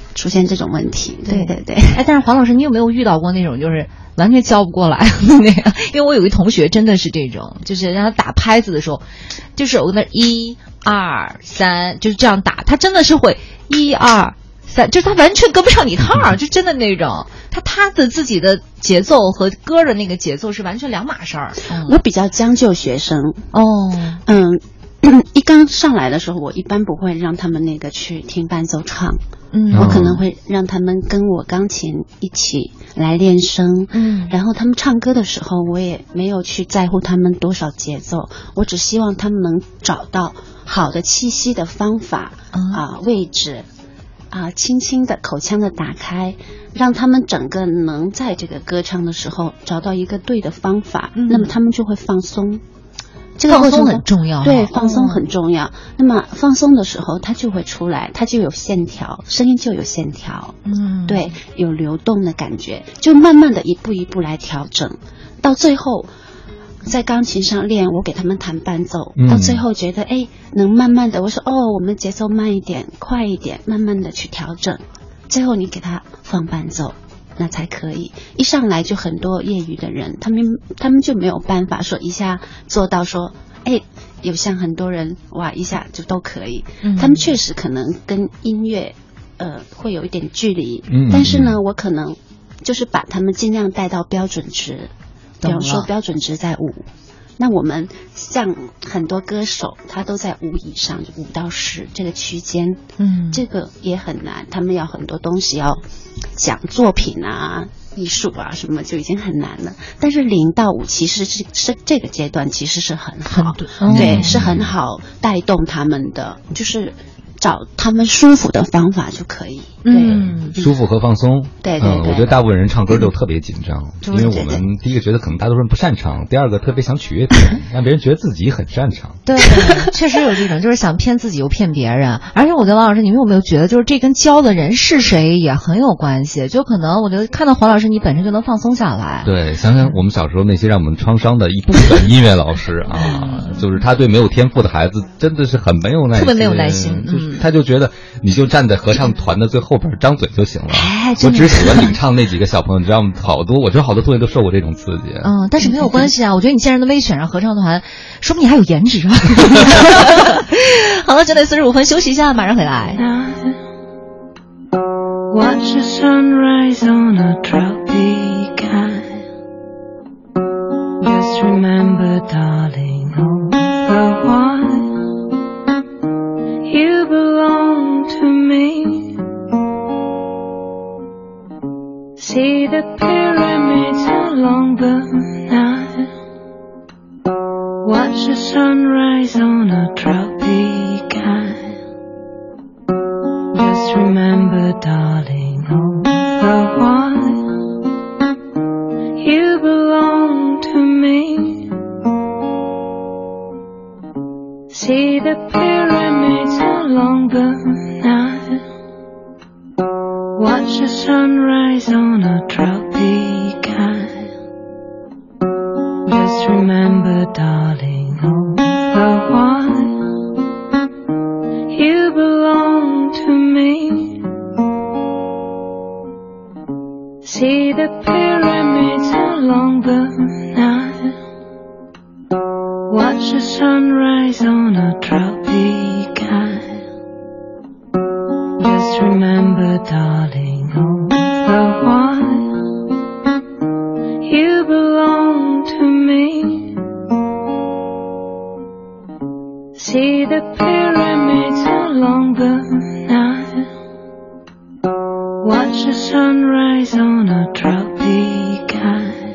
出现这种问题。对对对。 哎，但是黄老师，你有没有遇到过那种就是完全教不过来的那个？因为我有一同学真的是这种，就是让他打拍子的时候，就是我跟那一二三就是这样打，他真的是会一二三，就是他完全跟不上你趟，就真的那种。他他的自己的节奏和歌的那个节奏是完全两码事儿。 嗯、我比较将就学生哦， 嗯，一刚上来的时候，我一般不会让他们那个去听伴奏唱，嗯，我可能会让他们跟我钢琴一起来练声，嗯，然后他们唱歌的时候，我也没有去在乎他们多少节奏，我只希望他们能找到好的气息的方法啊、嗯呃、位置。啊，轻轻的口腔的打开，让他们整个能在这个歌唱的时候找到一个对的方法，嗯、那么他们就会放松。这个放松很重要， 对，放松很重要。哦、那么放松的时候，它就会出来，它就有线条，声音就有线条，嗯，对，有流动的感觉，就慢慢的一步一步来调整，到最后。在钢琴上练，我给他们弹伴奏，嗯、到最后觉得哎，能慢慢的，我说哦，我们节奏慢一点，快一点，慢慢的去调整，最后你给他放伴奏，那才可以。一上来就很多业余的人，他们他们就没有办法说一下做到说，哎，有像很多人哇一下就都可以，嗯、他们确实可能跟音乐呃会有一点距离，嗯、但是呢，我可能就是把他们尽量带到标准值。比方说标准值在五，那我们像很多歌手，他都在五以上，就五到十这个区间，嗯，这个也很难，他们要很多东西要讲作品啊、艺术啊什么，就已经很难了。但是零到五其实是是这个阶段其实是很好，很对，嗯、是很好带动他们的，就是找他们舒服的方法就可以。 嗯，舒服和放松。 对对对、 嗯，我觉得大部分人唱歌都特别紧张，嗯、因为我们第一个觉得可能大多数人不擅长，第二个特别想取悦别人，让别人觉得自己很擅长。 对，确实有这种，就是想骗自己又骗别人。而且我觉得王老师，你们有没有觉得，就是这跟教的人是谁也很有关系？就可能我觉得看到黄老师，你本身就能放松下来。 对，想想我们小时候那些让我们创伤的一部分音乐老师啊，就是他对没有天赋的孩子真的是很没有耐心， 特别没有耐心。 就是他就觉得你就站在合唱团的最后边张嘴就行了。哎，我只喜欢领唱那几个小朋友，你知道吗？好多，我知道好多同学都受过这种刺激。 嗯，但是没有关系啊。我觉得你既然都没选上合唱团，说明你还有颜值啊。好了，九点四十五分，休息一下，马上回来。 Watch the sunrise on a tropic island. Just remember, darling, all the while you belong to me. See the pyramids along the Nile. Watch the sunrise on a tropic island. Just remember, darling, all the while you belong to me. See the pyramids along the Nile. Watch the sunrise on a tropic island. Just remember, darling, all the while you belong to me. See the pyramids along the Nile. Watch the sunrise on a tropic island. Just remember, darling, all the while you belong to me. See the pyramids along the Nile. Watch the sunrise on a tropic island.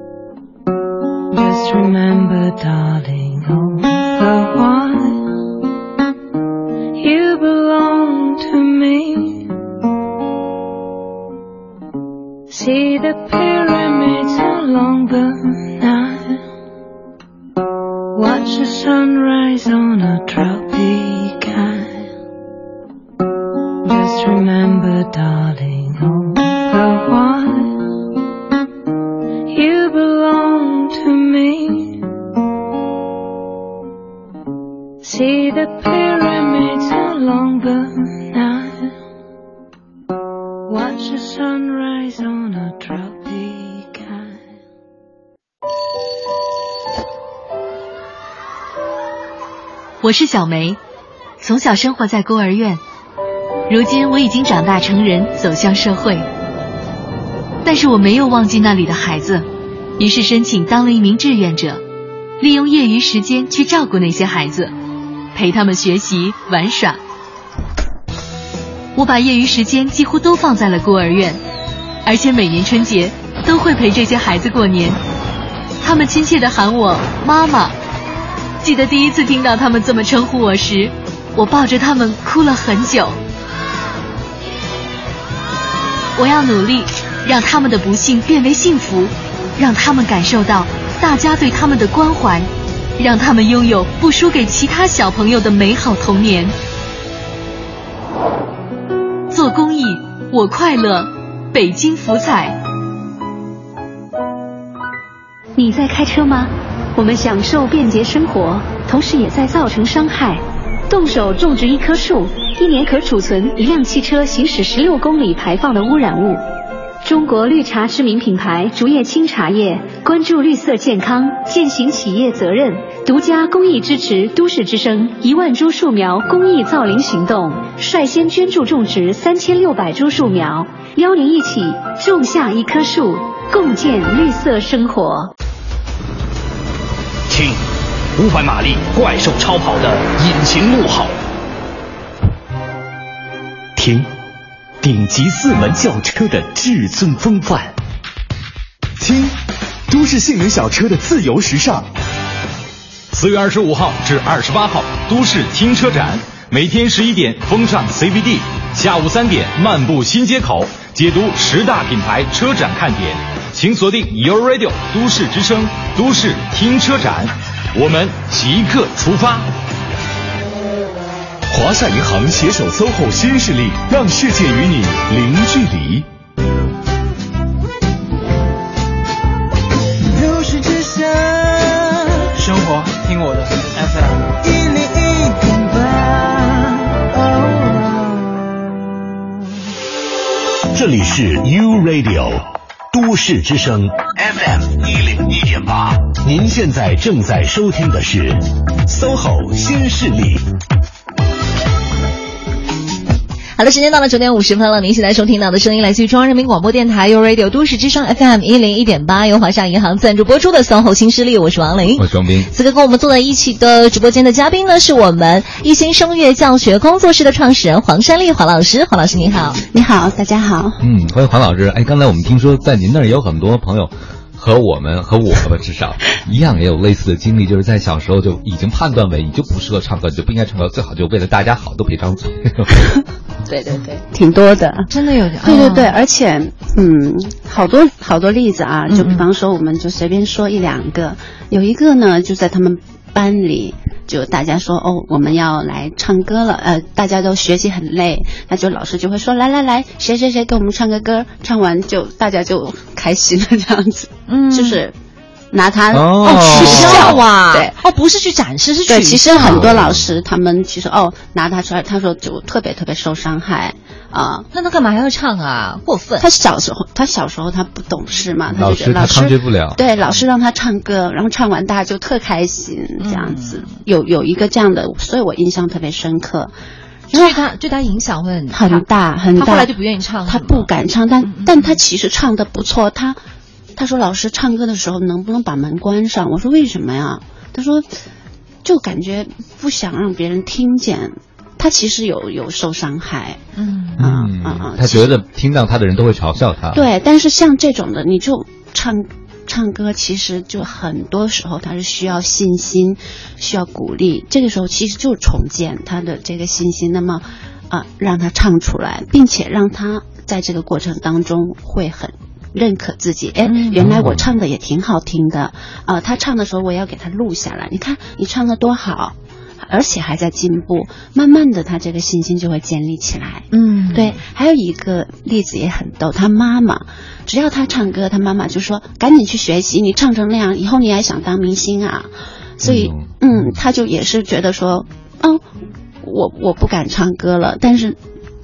Just remember, darling, all the while you belong to me. See the pyramids along the Nile. Watch the sunrise on a tropic island. Just remember, darling, all the while you belong to me. See the pyramids along the Nile. Watch the sunrise on a tropic island. 我是小梅，从小生活在孤儿院，如今我已经长大成人，走向社会。但是我没有忘记那里的孩子，于是申请当了一名志愿者，利用业余时间去照顾那些孩子，陪他们学习玩耍。我把业余时间几乎都放在了孤儿院，而且每年春节都会陪这些孩子过年。他们亲切地喊我妈妈。记得第一次听到他们这么称呼我时，我抱着他们哭了很久。我要努力让他们的不幸变为幸福，让他们感受到大家对他们的关怀，让他们拥有不输给其他小朋友的美好童年。做公益，我快乐。北京福彩。 你在开车吗？我们享受便捷生活，同时也在造成伤害。动手种植一棵树，一年可储存一辆汽车行驶十六公里排放的污染物。中国绿茶知名品牌竹叶青茶叶关注绿色健康，践行企业责任，独家公益支持都市之声一万株树苗公益造林行动，率先捐助种植三千六百株树苗，邀您一起种下一棵树，共建绿色生活。 听五百马力怪兽超跑的引擎怒吼， 听顶级四门轿车的至尊风范， 听都市性能小车的自由时尚。 四月二十五号至二十八号都市听车展，每天十一点风尚 C B D， 下午三点漫步新街口，解读十大品牌车展看点。请锁定 Your Radio 都市之声都市听车展，我们即刻出发。 华夏银行携手 S O H O 新势力，让世界与你零距离。 都市之声，生活听我的 F M 一零一点八。这里是 U Radio 都市之声 F M 一零一点八。您现在正在收听的是 S O H O 新势力。 好的，时间到了九点五十分了。您现在收听到的声音来自于中央人民广播电台 U Radio 都市之声 F M 一零一点八，由华夏银行赞助播出的 S O H O 新势力，我是王琳， 我是王斌。 此刻跟我们坐在一起的直播间的嘉宾呢，是我们一心声乐教学工作室的创始人黄珊丽黄老师。黄老师你好。 你好，大家好。 嗯，欢迎黄老师。哎，刚才我们听说在您那儿也有很多朋友和我们和我吧，至少一样也有类似的经历，就是在小时候就已经判断为你就不适合唱歌，你就不应该唱歌，最好就为了大家好都别张嘴。 对对对，挺多的， 真的有。 对对对，而且嗯，好多好多例子啊，就比方说，我们就随便说一两个。有一个呢，就在他们班里，就大家说哦，我们要来唱歌了，呃，大家都学习很累，那就老师就会说来来来，谁谁谁给我们唱个歌，唱完就大家就开心了这样子，嗯，就是拿它哦取笑啊， 对， 哦不是去展示，是取笑。 对，其实很多老师他们其实哦拿它出来，他说就特别特别受伤害啊、呃。 那他干嘛还要唱啊？过分！ 他小时候他小时候他不懂事嘛，他老师他抗拒不了。 对，老师让他唱歌，然后唱完大家就特开心，这样子、嗯、有有一个这样的，所以我印象特别深刻。 对他对他影响会很很大很大。 他后来就不愿意唱了， 他不敢唱，但、嗯、但他其实唱得不错，他。他说老师唱歌的时候能不能把门关上？我说为什么呀？他说就感觉不想让别人听见。他其实有有受伤害，嗯啊啊啊！ 他觉得听到他的人都会嘲笑他。 对，但是像这种的，你就唱唱歌，其实就很多时候他是需要信心，需要鼓励。这个时候其实就是重建他的这个信心，那么啊，让他唱出来，并且让他在这个过程当中会很。认可自己，哎，原来我唱的也挺好听的啊、呃！他唱的时候，我也要给他录下来。你看你唱的多好，而且还在进步。慢慢的，他这个信心就会建立起来。嗯，对。还有一个例子也很逗，他妈妈只要他唱歌，他妈妈就说：“赶紧去学习，你唱成那样，以后你还想当明星啊？”所以，嗯，他就也是觉得说，哦，我我不敢唱歌了，但是。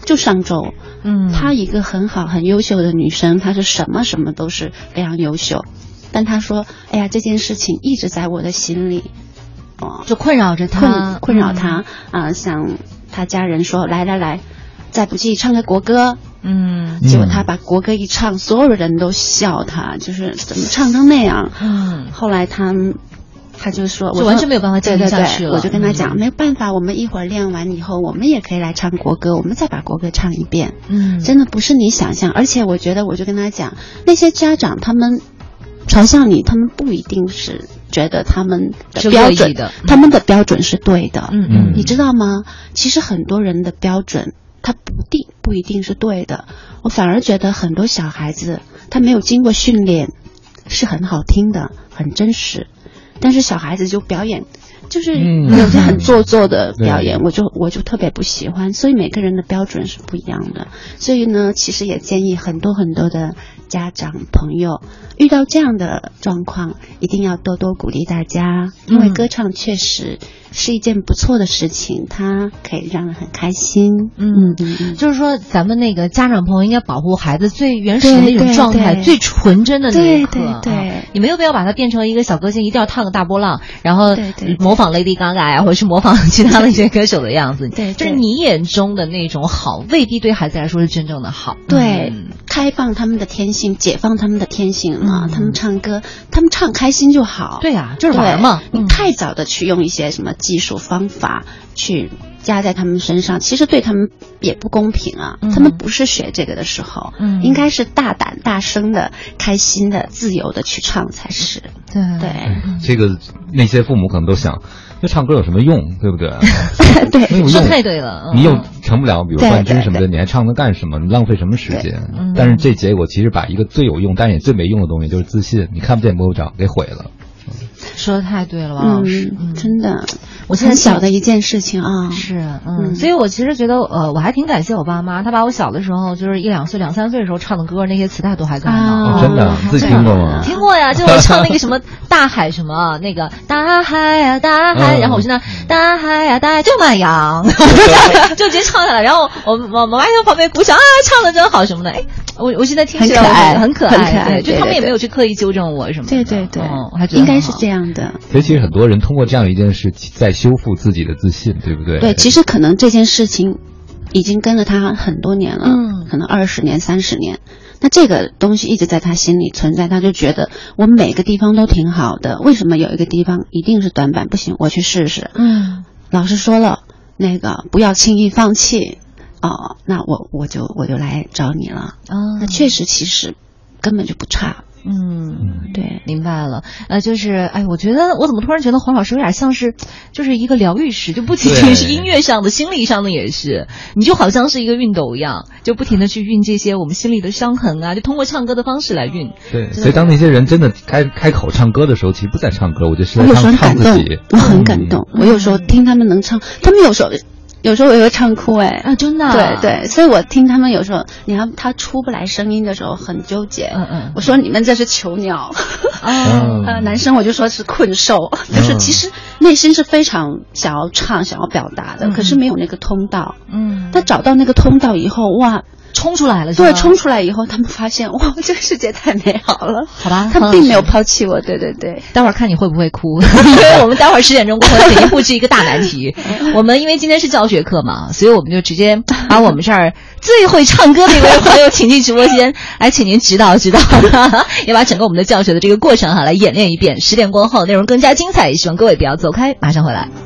就上周， 嗯， 她一个很好很优秀的女生，她是什么什么都是非常优秀，但她说，哎呀，这件事情一直在我的心里，哦， 就困扰着她， 困困扰她啊、呃，像她家人说，来来来，再不济唱个国歌。 嗯， 结果他把国歌一唱，所有人都笑他，就是怎么唱成那样。 嗯， 后来他他就说，我就完全没有办法坚持下去了。 对对对，我就跟他讲，嗯、没有办法，我们一会儿练完以后，我们也可以来唱国歌，我们再把国歌唱一遍。 嗯， 真的不是你想象，而且我觉得，我就跟他讲，那些家长他们嘲笑你，他们不一定是觉得他们的标准的、嗯，他们的标准是对的。 嗯嗯， 你知道吗？其实很多人的标准。他不定不一定是对的，我反而觉得很多小孩子他没有经过训练，是很好听的，很真实，但是小孩子就表演，就是有些很做作的表演，嗯、我就我就特别不喜欢。所以每个人的标准是不一样的，所以呢，其实也建议很多很多的家长朋友遇到这样的状况，一定要多多鼓励大家，因为歌唱确实是一件不错的事情，它可以让人很开心。 嗯嗯，就是说咱们那个家长朋友应该保护孩子最原始的那种状态，最纯真的那一刻。 对对对， 啊、你没有必要把它变成一个小歌星，一定要烫个大波浪，然后模仿 Lady Gaga 呀，或者是模仿其他的一些歌手的样子。 对， 就是你眼中的那种好，未必对孩子来说是真正的好。 对， 嗯、 开放他们的天性，解放他们的天性啊！嗯、他们唱歌，他们唱开心就好。 对呀、啊，就是玩嘛。 你太早的去用一些什么技术方法去加在他们身上，其实对他们也不公平啊。嗯、他们不是学这个的时候，嗯，应该是大胆、大声的、开心的、自由的去唱才是。 对对， 这个那些父母可能都想，就唱歌有什么用，对不对？ 对， 没有用， 说太对了。 你又成不了，比如冠军什么的，你还唱它干什么？你浪费什么时间？但是这结果其实把一个最有用，但也最没用的东西，就是自信，你看不见摸不着，给毁了。 说的太对了，王老师， 嗯，真的， 我现在很小的一件事情啊， 是，嗯，嗯所以我其实觉得，呃，我还挺感谢我爸妈，他把我小的时候，就是一两岁、两三岁的时候唱的歌，那些磁带都还在呢、 啊哦。真的，自己听过吗？ 听过呀，就我唱那个什么大海什么那个大海呀、啊、大海，嗯、然后我现在大海呀、啊、大海就那样，就直接唱下来，然后我我我妈在旁边鼓掌啊，唱的真好什么的，哎，我我现在听起来很可爱， 很可爱， 很可爱， 对，就他们也没有去刻意纠正我什么的， 对对对， 嗯，我还觉得应该是这样的。 所以其实很多人通过这样一件事在修复自己的自信，对不对？ 对，其实可能这件事情已经跟了他很多年了，嗯，可能二十年、三十年。那这个东西一直在他心里存在，他就觉得我每个地方都挺好的，为什么有一个地方一定是短板？不行，我去试试。 嗯， 老师说了，那个不要轻易放弃。哦，那我我就我就来找你了。 哦， 那确实其实根本就不差。 嗯， 对， 明白了。呃，就是，哎，我觉得我怎么突然觉得黄老师有点像是，就是一个疗愈师，就不仅仅是音乐上的，心理上的也是。你就好像是一个熨斗一样，就不停的去熨这些我们心里的伤痕啊，就通过唱歌的方式来熨。 对，所以当那些人真的开开口唱歌的时候，其实不在唱歌，我觉得是在唱唱自己。 我很感动，我有时候听他们能唱，他们有时候。有时候我也会唱哭哎啊，真的、 啊、对对，所以我听他们有时候，你看他出不来声音的时候很纠结， 嗯嗯， 我说你们这是囚鸟， 哦， 呃，男生我就说是困兽，就是其实内心是非常想要唱、想要表达的，嗯、可是没有那个通道， 嗯， 他找到那个通道以后，哇。 冲出来了， 对，冲出来以后，他们发现哇，这个世界太美好了。 好吧， 他并没有抛弃我，对对对。 待会儿看你会不会哭，因为我们待会儿十点钟过后肯定布置一个大难题。我们因为今天是教学课嘛，所以我们就直接把我们这儿最会唱歌的一位朋友请进直播间，来请您指导指导，也把整个我们的教学的这个过程哈来演练一遍。十点过后内容更加精彩，也希望各位不要走开，马上回来。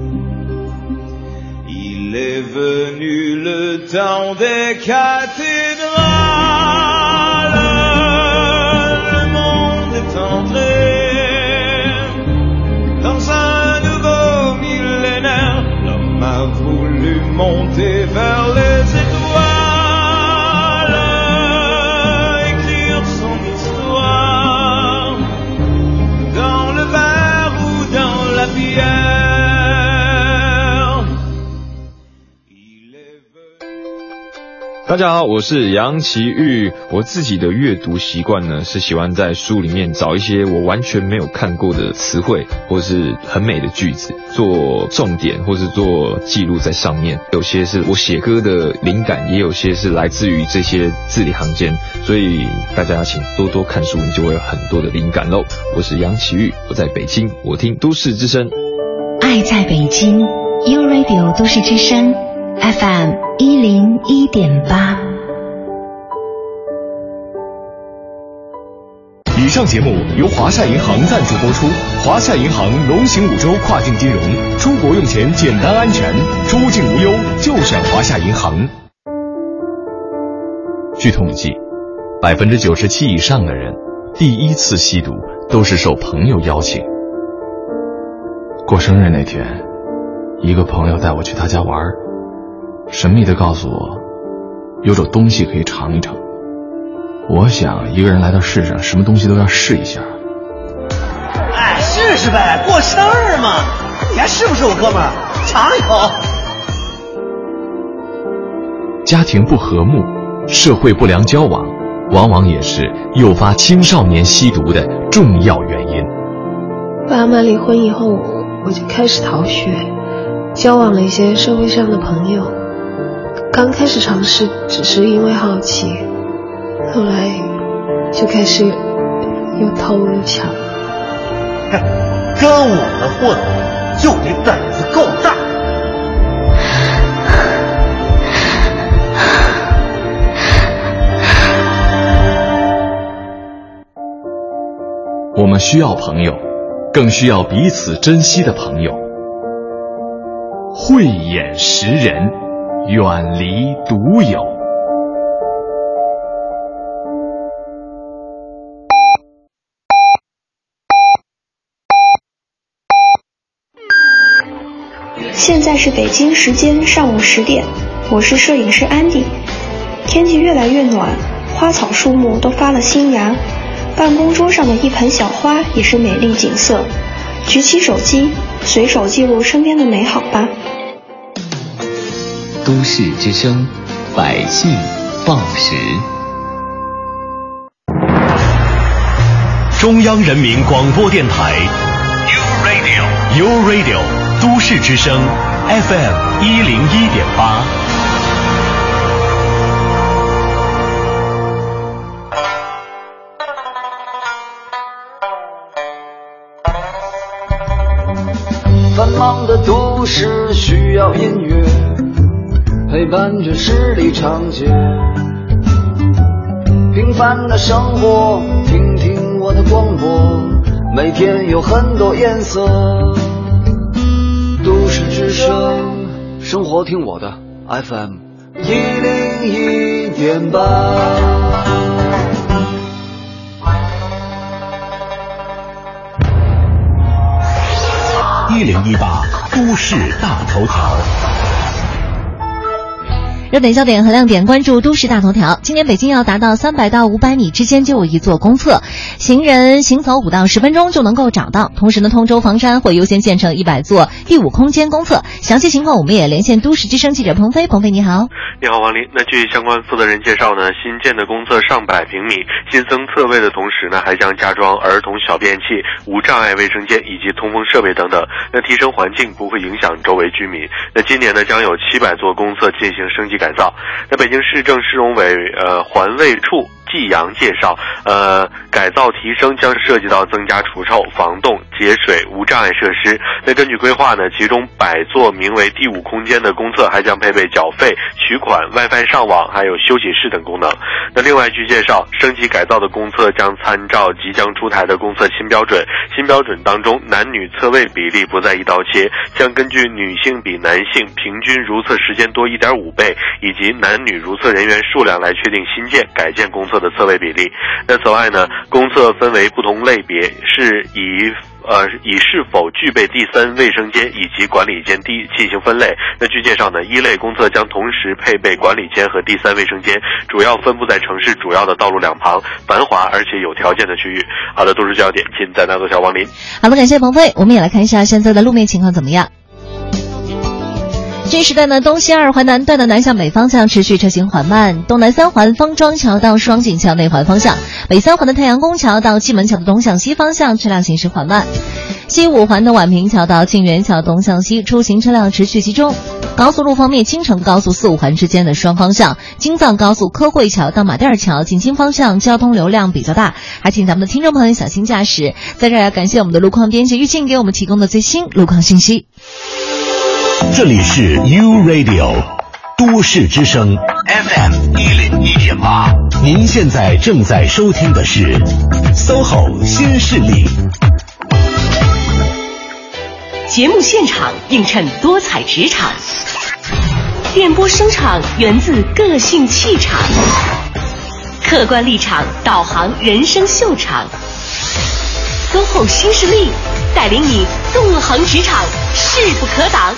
Il est venu le temps des cathédrales, le monde est entré dans un nouveau millénaire. L'homme a voulu monter vers les étoiles, écrire son histoire dans le verre ou dans la pierre. 大家好，我是杨奇玉。我自己的阅读习惯呢，是喜欢在书里面找一些我完全没有看过的词汇，或是很美的句子，做重点或是做记录在上面。有些是我写歌的灵感，也有些是来自于这些字里行间。所以大家请多多看书，你就会有很多的灵感喽。我是杨奇玉，我在北京，我听都市之声。 爱在北京 ，U Radio 都市之声 F M 一零一点八。 以上节目由华夏银行赞助播出。华夏银行龙行五洲跨境金融，出国用钱简单安全，出境无忧就选华夏银行。 据统计，百分之九十七以上的人第一次吸毒都是受朋友邀请。过生日那天，一个朋友带我去他家玩，神秘地告诉我，有种东西可以尝一尝。我想，一个人来到世上，什么东西都要试一下。 哎，试试呗，过生日嘛！你还是不是我哥们儿？尝一口。 家庭不和睦，社会不良交往，往往也是诱发青少年吸毒的重要原因。 爸妈离婚以后，我就开始逃学，交往了一些社会上的朋友。刚开始尝试只是因为好奇，后来就开始又偷又抢。 跟我们混，就得胆子够大。 我们需要朋友，更需要彼此珍惜的朋友。慧眼识人，远离毒友。 现在是北京时间上午十点，我是摄影师安迪。天气越来越暖，花草树木都发了新芽，办公桌上的一盆小花也是美丽景色。举起手机，随手记录身边的美好吧。 都市之声，百姓报时。 中央人民广播电台 U Radio U Radio 都市之声 F M 一零一点八。 繁忙的都市需要音乐陪伴着十里长街，平凡的生活听听我的广播，每天有很多颜色。都市之声，生活听我的 F M 一零一点八。 一零一八都市大头条。 热点焦点和亮点，关注都市大头条。今年北京要达到三百到五百米之间就有一座公厕，行人行走五到十分钟就能够找到。同时呢，通州、房山会优先建成一百座第五空间公厕。详细情况我们也连线都市之声记者鹏飞。鹏飞你好。 你好王林。那据相关负责人介绍呢，新建的公厕上百平米，新增厕位的同时呢，还将加装儿童小便器、无障碍卫生间以及通风设备等等，那提升环境，不会影响周围居民。那今年呢，将有七百座公厕进行升级改造。那北京市政市容委呃环卫处季阳介绍，呃，改造提升将涉及到增加除臭、防冻、节水、无障碍设施。那根据规划呢，其中百座名为第五空间的公厕还将配备缴费、取款、WiFi 上网，还有休息室等功能。那另外据介绍，升级改造的公厕将参照即将出台的公厕新标准，新标准当中男女厕位比例不再一刀切，将根据女性比男性平均如厕时间多 一点五倍，以及男女如厕人员数量来确定新建、改建公厕的厕位比例。那此外呢，公厕分为不同类别，是以呃以是否具备第三卫生间以及管理间第进行分类。那据介绍呢，一类公厕将同时配备管理间和第三卫生间，主要分布在城市主要的道路两旁，繁华而且有条件的区域。好的，都市焦点尽在南头小王林。 好的，感谢鹏飞。我们也来看一下现在的路面情况怎么样。 这一时段呢，东西二环南段的南向北方向持续车行缓慢，东南三环方庄桥到双井桥内环方向，北三环的太阳宫桥到蓟门桥的东向西方向车辆行驶缓慢，西五环的宛平桥到沁园桥东向西出行车辆持续集中。高速路方面，京承高速四五环之间的双方向，京藏高速科惠桥到马甸桥进京方向交通流量比较大，还请咱们的听众朋友小心驾驶。在这儿要感谢我们的路况编辑玉庆给我们提供的最新路况信息。 这里是 U Radio 都市之声 F M 一零一点八，您现在正在收听的是 S O H O 新势力。 节目现场映衬多彩职场，电波声场源自个性气场，客观立场导航人生秀场。S O H O 新势力带领你纵横职场，势不可挡。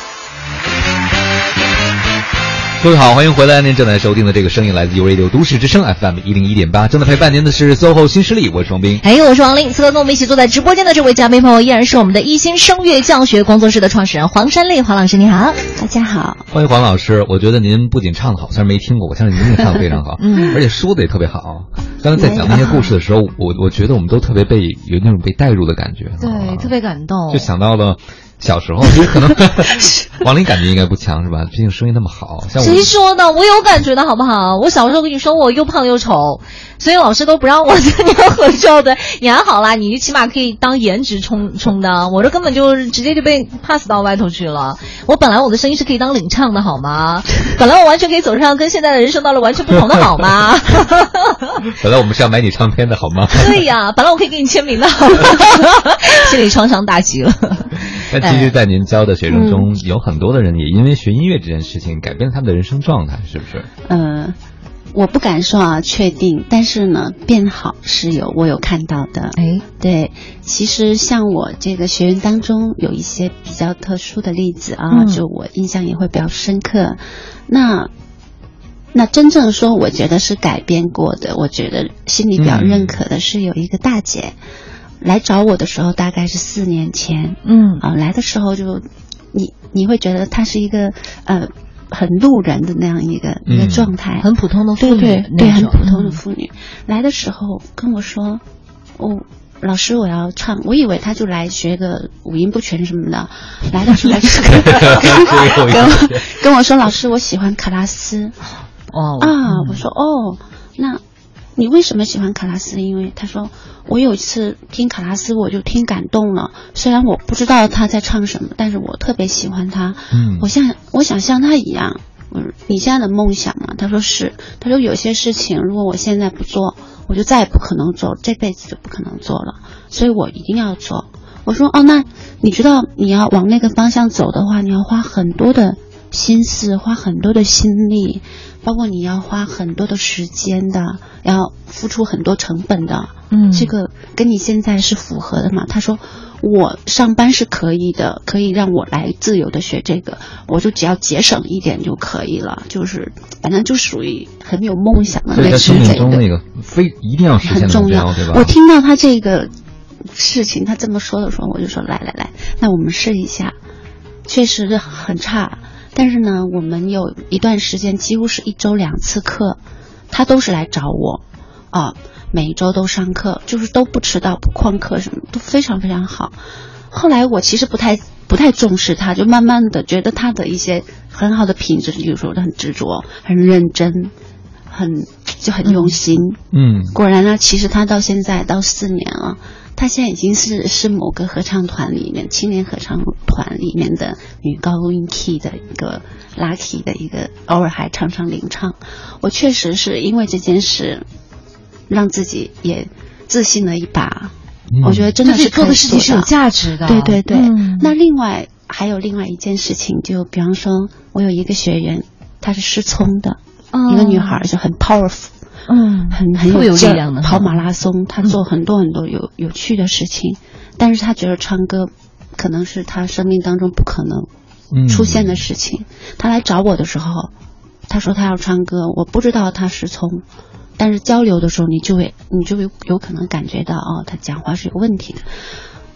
各位好，欢迎回来。您正在收听的这个声音来自 U Radio 都市之声 F M 一零一点八，正在陪伴您的是 S O H O 新势力，我是双冰。 哎，我是王琳。此刻跟我们一起坐在直播间的这位嘉宾朋友，依然是我们的一心声乐教学工作室的创始人黄山丽黄老师，你好。 大家好， 欢迎黄老师。我觉得您不仅唱得好，虽然没听过，我相信您也唱得非常好，嗯，而且说的也特别好。刚才在讲那些故事的时候，我我觉得我们都特别被有那种被带入的感觉， 对，啊、特别感动， 就想到了。小时候其实可能王琳感觉应该不强是吧？毕竟声音那么好。像我谁说的？我有感觉的好不好？我小时候跟你说我又胖又丑，所以老师都不让我跟你们合照的。你还好啦，你起码可以当颜值充充的。我这根本就直接就被 pass 到外头去了。我本来我的声音是可以当领唱的好吗？本来我完全可以走上跟现在的人生道路完全不同的好吗？ 本来我们是要买你唱片的好吗？ 对呀，本来我可以给你签名的好吗？心里创伤大极了。 但其实在您教的学生中、嗯、有很多的人也因为学音乐这件事情改变了他们的人生状态，是不是？ 呃我不敢说啊确定，但是呢变好是有我有看到的。 哎， 对，其实像我这个学员当中有一些比较特殊的例子啊、嗯、就我印象也会比较深刻。那那真正说我觉得是改变过的，我觉得心里比较认可的是有一个大姐、嗯来找我的时候大概是四年前， 嗯， 啊，来的时候就你你会觉得她是一个呃很路人的那样一个、嗯、一个状态， 很普通的妇女， 对对对，很普通的妇女。嗯、来的时候跟我说，哦，老师我要唱，我以为她就来学个五音不全什么的，来的时候是跟跟我跟我说，老师我喜欢卡拉斯， 哦啊，嗯、我说哦，那你为什么喜欢卡拉斯？因为他说我有一次听卡拉斯我就听感动了，虽然我不知道他在唱什么，但是我特别喜欢他。嗯，我像我想像他一样。嗯，你现在的梦想吗？他说是。他说有些事情如果我现在不做，我就再也不可能做，这辈子就不可能做了，所以我一定要做。我说哦，那你知道你要往那个方向走的话，你要花很多的心思，花很多的心力。包括你要花很多的时间的，要付出很多成本的， 嗯， 这个跟你现在是符合的嘛？他说我上班是可以的，可以让我来自由的学这个，我就只要节省一点就可以了，就是反正就属于很有梦想的那个生命中那个非一定要实现的很重要， 对吧？ 我听到他这个事情他这么说的时候，我就说来来来，那我们试一下，确实很差。但是呢，我们有一段时间几乎是一周两次课，他都是来找我，啊，每一周都上课，就是都不迟到不旷课，什么都非常非常好。后来我其实不太不太重视他，就慢慢的觉得他的一些很好的品质，比如说很执着、很认真、很就很用心。 嗯， 果然呢，其实他到现在到四年了。她现在已经是是某个合唱团里面青年合唱团里面的女高音 key 的一个 lucky 的一个，偶尔还唱唱领唱。我确实是因为这件事让自己也自信了一把。嗯、我觉得真的是做的事情是有价值的。 对对对。 嗯、 那另外还有另外一件事情，就比方说我有一个学员，她是失聪的、哦、一个女孩，就很 powerful。 嗯， 很很有有力量的， 跑马拉松，他做很多很多有、嗯、有趣的事情，但是他觉得唱歌可能是他生命当中不可能出现的事情。嗯、他来找我的时候，他说他要唱歌，我不知道他失聪，但是交流的时候，你就会你就会有可能感觉到哦，他讲话是有问题的。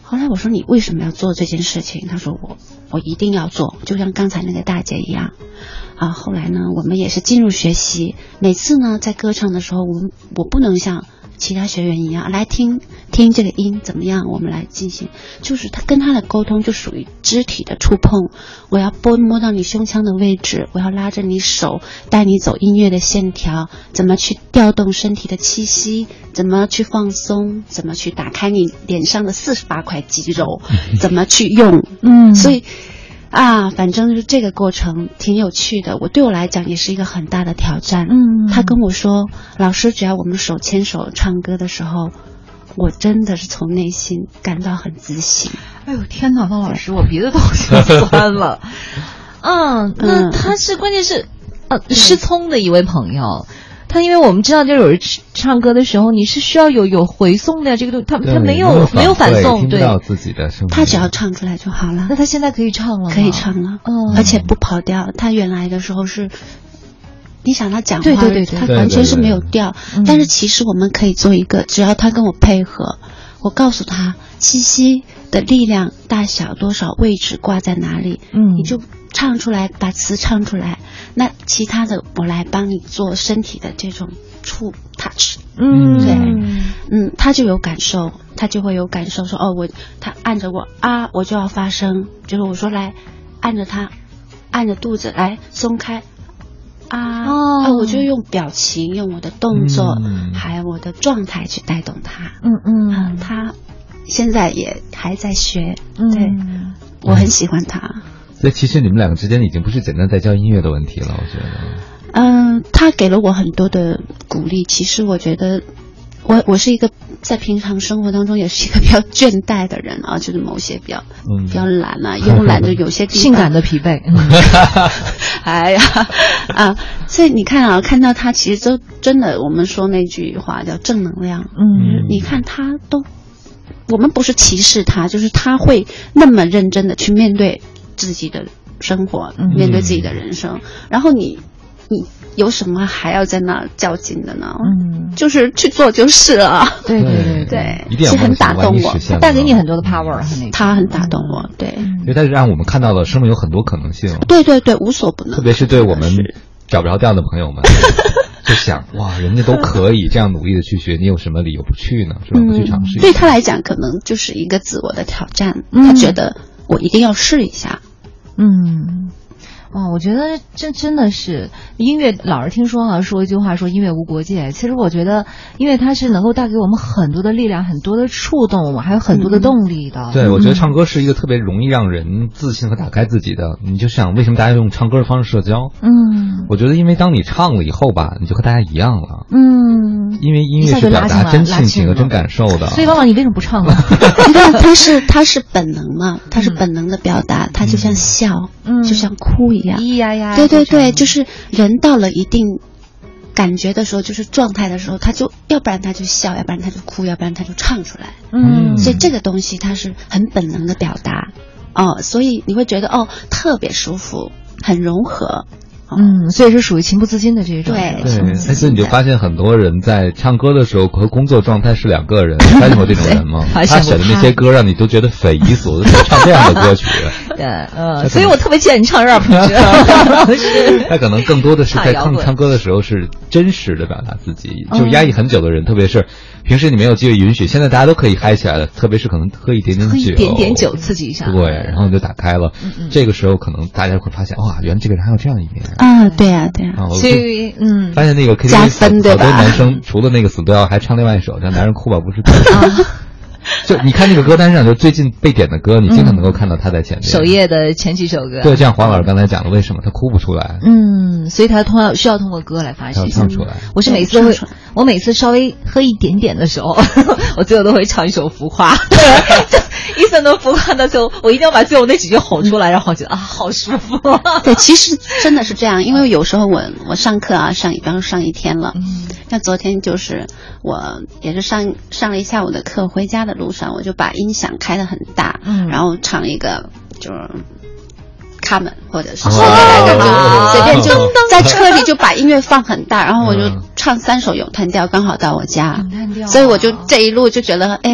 后来我说你为什么要做这件事情？他说我我一定要做，就像刚才那个大姐一样。啊，后来呢，我们也是进入学习。每次呢，在歌唱的时候，我们我不能像其他学员一样来听听这个音怎么样，我们来进行。就是他跟他的沟通就属于肢体的触碰，我要拨摸到你胸腔的位置，我要拉着你手带你走音乐的线条，怎么去调动身体的气息，怎么去放松，怎么去打开你脸上的四十八块肌肉，怎么去用。嗯，所以。啊，反正就是这个过程挺有趣的，我对我来讲也是一个很大的挑战。嗯，他跟我说，老师，只要我们手牵手唱歌的时候，我真的是从内心感到很自信。 哎呦天哪，方老师，我鼻子都心酸了。嗯，那他是关键是，呃，失聪的一位朋友。他因为我们知道，就有人唱歌的时候，你是需要有有回送的这个东西，他他没有没有反送，对， 自己的声音， 他只要唱出来就好了。 那他现在可以唱了吗？ 可以唱了，嗯，而且不跑调。他原来的时候是，你想他讲话， 对对对对， 他完全是没有调。但是其实我们可以做一个，只要他跟我配合，我告诉他气息的力量大小多少位置挂在哪里，嗯，你就唱出来，把词唱出来。那其他的我来帮你做身体的这种触 touch， 嗯，对，嗯，他就有感受，他就会有感受说，哦，我他按着我啊，我就要发声，就是我说来按着他，按着肚子来松开啊，哦、啊，我就用表情，用我的动作，嗯、还有我的状态去带动他，嗯嗯、啊，他现在也还在学，嗯、对，我很喜欢他。 所以其实你们两个之间已经不是简单在教音乐的问题了，我觉得。 嗯，他给了我很多的鼓励。其实我觉得我，我我是一个在平常生活当中也是一个比较倦怠的人啊，就是某些比较、嗯、比较懒啊、慵懒的有些地方性感的疲惫。 哎呀啊！所以你看啊，看到他其实都真的，我们说那句话叫正能量。嗯，你看他都，我们不是歧视他，就是他会那么认真的去面对自己的生活，面对自己的人生，嗯、然后你你有什么还要在那较劲的呢？嗯，就是去做就是了。 对对对对， 一定要很打动我， 他带给你很多的 power， 他很打动我，对， 因为他是让我们看到了生命有很多可能性。 对对对，无所不能。 特别是对我们找不着调的朋友们，就想哇，人家都可以这样努力的去学，你有什么理由不去呢？是吧？不去尝试一下。 对他来讲，可能就是一个自我的挑战，嗯、他觉得我一定要试一下。 嗯，哇，我觉得真真的是音乐，老是听说啊，说一句话说音乐无国界。其实我觉得音乐它是能够带给我们很多的力量，很多的触动，还有很多的动力的。 嗯、对，我觉得唱歌是一个特别容易让人自信和打开自己的。你就想为什么大家用唱歌的方式社交？嗯，我觉得因为当你唱了以后吧，你就和大家一样了。嗯，因为音乐是表达真性情和真感受的。 所以，往往你为什么不唱呢？ 你看，它是它是本能嘛，它是本能的表达，它就像笑，嗯、就像哭一样。 咿呀呀！ 对对对，就是人到了一定感觉的时候，就是状态的时候，他就要不然他就笑，要不然他就哭，要不然他就唱出来。嗯，所以这个东西它是很本能的表达哦，所以你会觉得哦特别舒服，很融合。 嗯，所以是属于情不自禁的这种。 对对，但是你就发现很多人在唱歌的时候和工作状态是两个人，发现过这种人吗？他选的那些歌让你都觉得匪夷所思，唱这样的歌曲。 对，嗯，所以我特别建议你唱 rap 歌。 他可能更多的是在唱唱歌的时候是真实的表达自己，就压抑很久的人，特别是平时你没有机会允许，现在大家都可以嗨起来了，特别是可能喝一点点酒， 喝一点点酒刺激一下， 对，然后你就打开了，这个时候可能大家会发现，哇，原来这个人还有这样一面。 啊，对啊，对啊， 所以嗯， 发现那个 K T V 加分对吧？ 好多男生除了那个死都要还唱另外一首叫《男人哭吧不是痛》。就你看那个歌单上，就最近被点的歌，你经常能够看到他在前面。 首页的前几首歌。 对，这样黄老师刚才讲了，为什么他哭不出来？ 嗯，所以他通需要通过歌来发泄。 唱出来。 我是每次都会，我每次稍微喝一点点的时候，我最后都会唱一首《浮夸》。一森的浮夸的时候，我一定要把最后那几句吼出来，然后觉得啊，好舒服。 对，其实真的是这样，因为有时候我我上课啊，上比方说上一天了，像昨天就是我也是上上了一下午的课，回家的路上我就把音响开得很大，嗯，然后唱一个就是卡门或者是随便就随便就在车里就把音乐放很大，然后我就唱三首咏叹调，刚好到我家，所以我就这一路就觉得哎。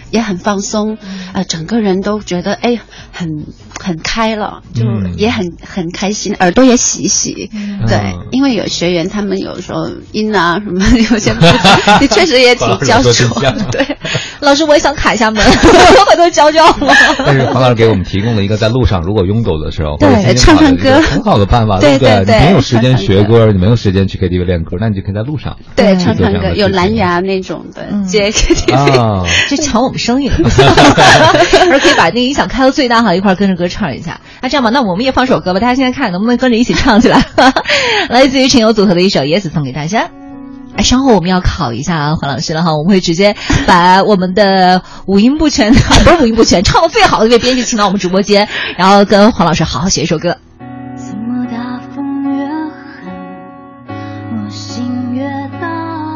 也很放松，呃，整个人都觉得哎很很开了，就也很、嗯、很开心，耳朵也洗洗。嗯、对、嗯，因为有学员他们有时候音啊什么，有些你确实也挺焦灼。对， 老师我也想卡一下门，回头教教我。 但是黄老师给我们提供了一个在路上如果拥堵的时候， 对，唱唱歌， 很好的办法， 对不对？ 对对， 你没有时间学歌，你没有时间去 K T V 练歌，那你就可以在路上对唱唱歌，有蓝牙那种的接 K T V，、 哦、 这抢我们生意了，而可以把那个音响开到最大哈，一块跟着歌唱一下。那这样吧，那我们也放首歌吧，大家现在看能不能跟着一起唱起来？来自于陈友组合的一首《Yes》送给大家。哎，稍后我们要考一下黄老师了哈，我们会直接把我们的五音不全，不是五音不全，唱得最好的一位编辑请到我们直播间，然后跟黄老师好好写一首歌。 怎么大风越狠，我心越大，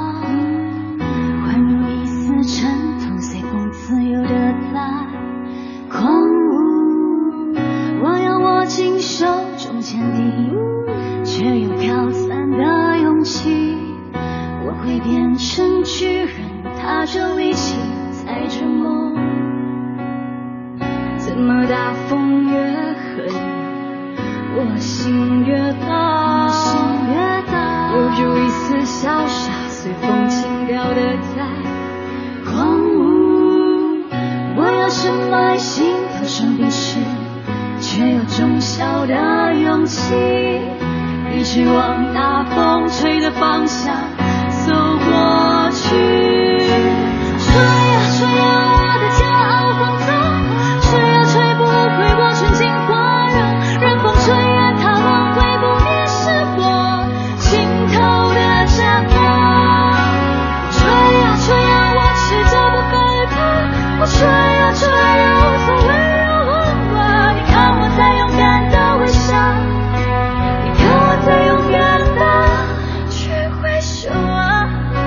宛如一丝尘土，随风自由的在狂舞。我要握紧手中坚定，却又飘散的勇气。我会变成巨人，踏着力气，载着梦。怎么大风越狠，我心越大，心越大，有着一丝潇洒，随风轻飘的在狂舞。我要深埋心头上冰释，却有种小的勇气，一直往大风吹的方向走过去。吹呀吹呀，我的骄傲放纵，吹呀吹不回我纯净花热，任风吹远它轮回不灭，是我尽头的展望。吹呀吹呀，我始终不害怕，我吹呀吹呀，无所谓有我吧。你看我在勇敢的微笑，你看我在勇敢的去挥手啊。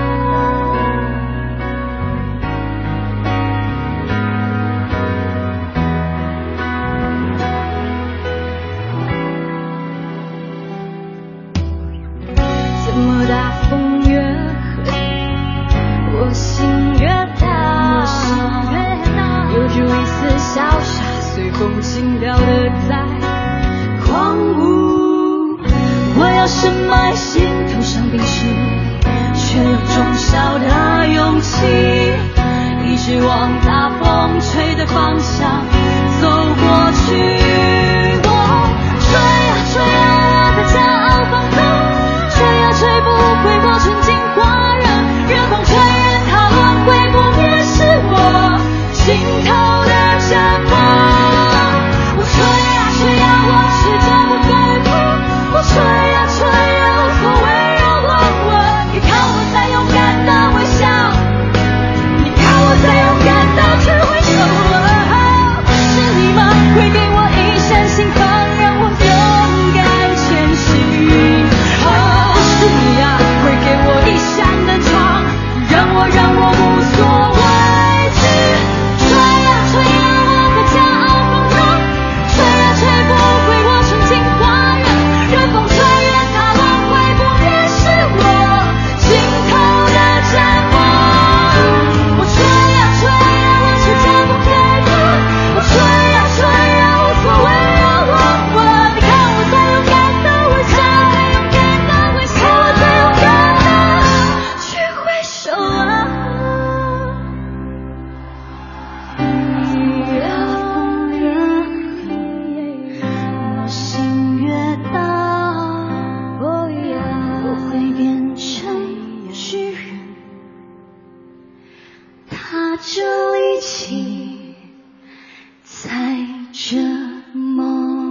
怎么大风越狠，我心越大，我心越大，有着一丝潇洒，随风轻飘的在狂舞。我要深埋心头上冰释，却有种小的勇气，一直往大风吹的方向走过去。我吹呀吹呀，我的骄傲放纵，吹呀吹不回我纯净花热，任风吹远它轮回不灭，是我尽头的展望。我吹呀吹呀，我始终不害怕，我吹呀吹呀，无所谓有我我。你看我在勇敢的微笑，你看我在勇敢的去挥手啊。是你吗？会给我一扇心房，让我勇敢前行。哦，是你呀，会给我一扇灯窗，让我让我无所畏惧。吹呀吹呀，我的骄傲放纵，吹呀吹不回我纯净花热，任风吹远它轮回不灭，是我尽头的展望。我吹呀吹呀，我始终不害怕，我吹呀吹呀，无所谓有我我。你看我在勇敢的微笑，勇敢的微笑，我在勇敢的去挥手啊。越风越狠，我心越大，我会变成巨人，踏着力气，载着梦。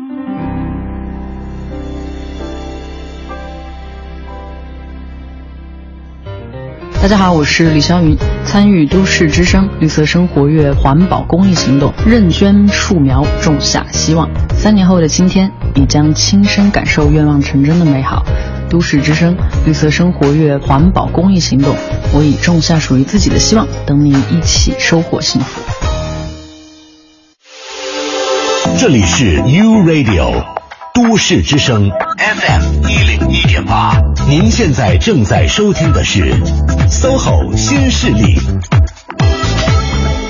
大家好，我是李霄云。参与都市之声绿色生活月环保公益行动，认捐树苗，种下希望。三年后的今天，你将亲身感受愿望成真的美好。都市之声绿色生活月环保公益行动，我已种下属于自己的希望，等你一起收获幸福。 这里是 U Radio 都市之声 F M 一零一点八，您现在正在收听的是 S O H O 新势力。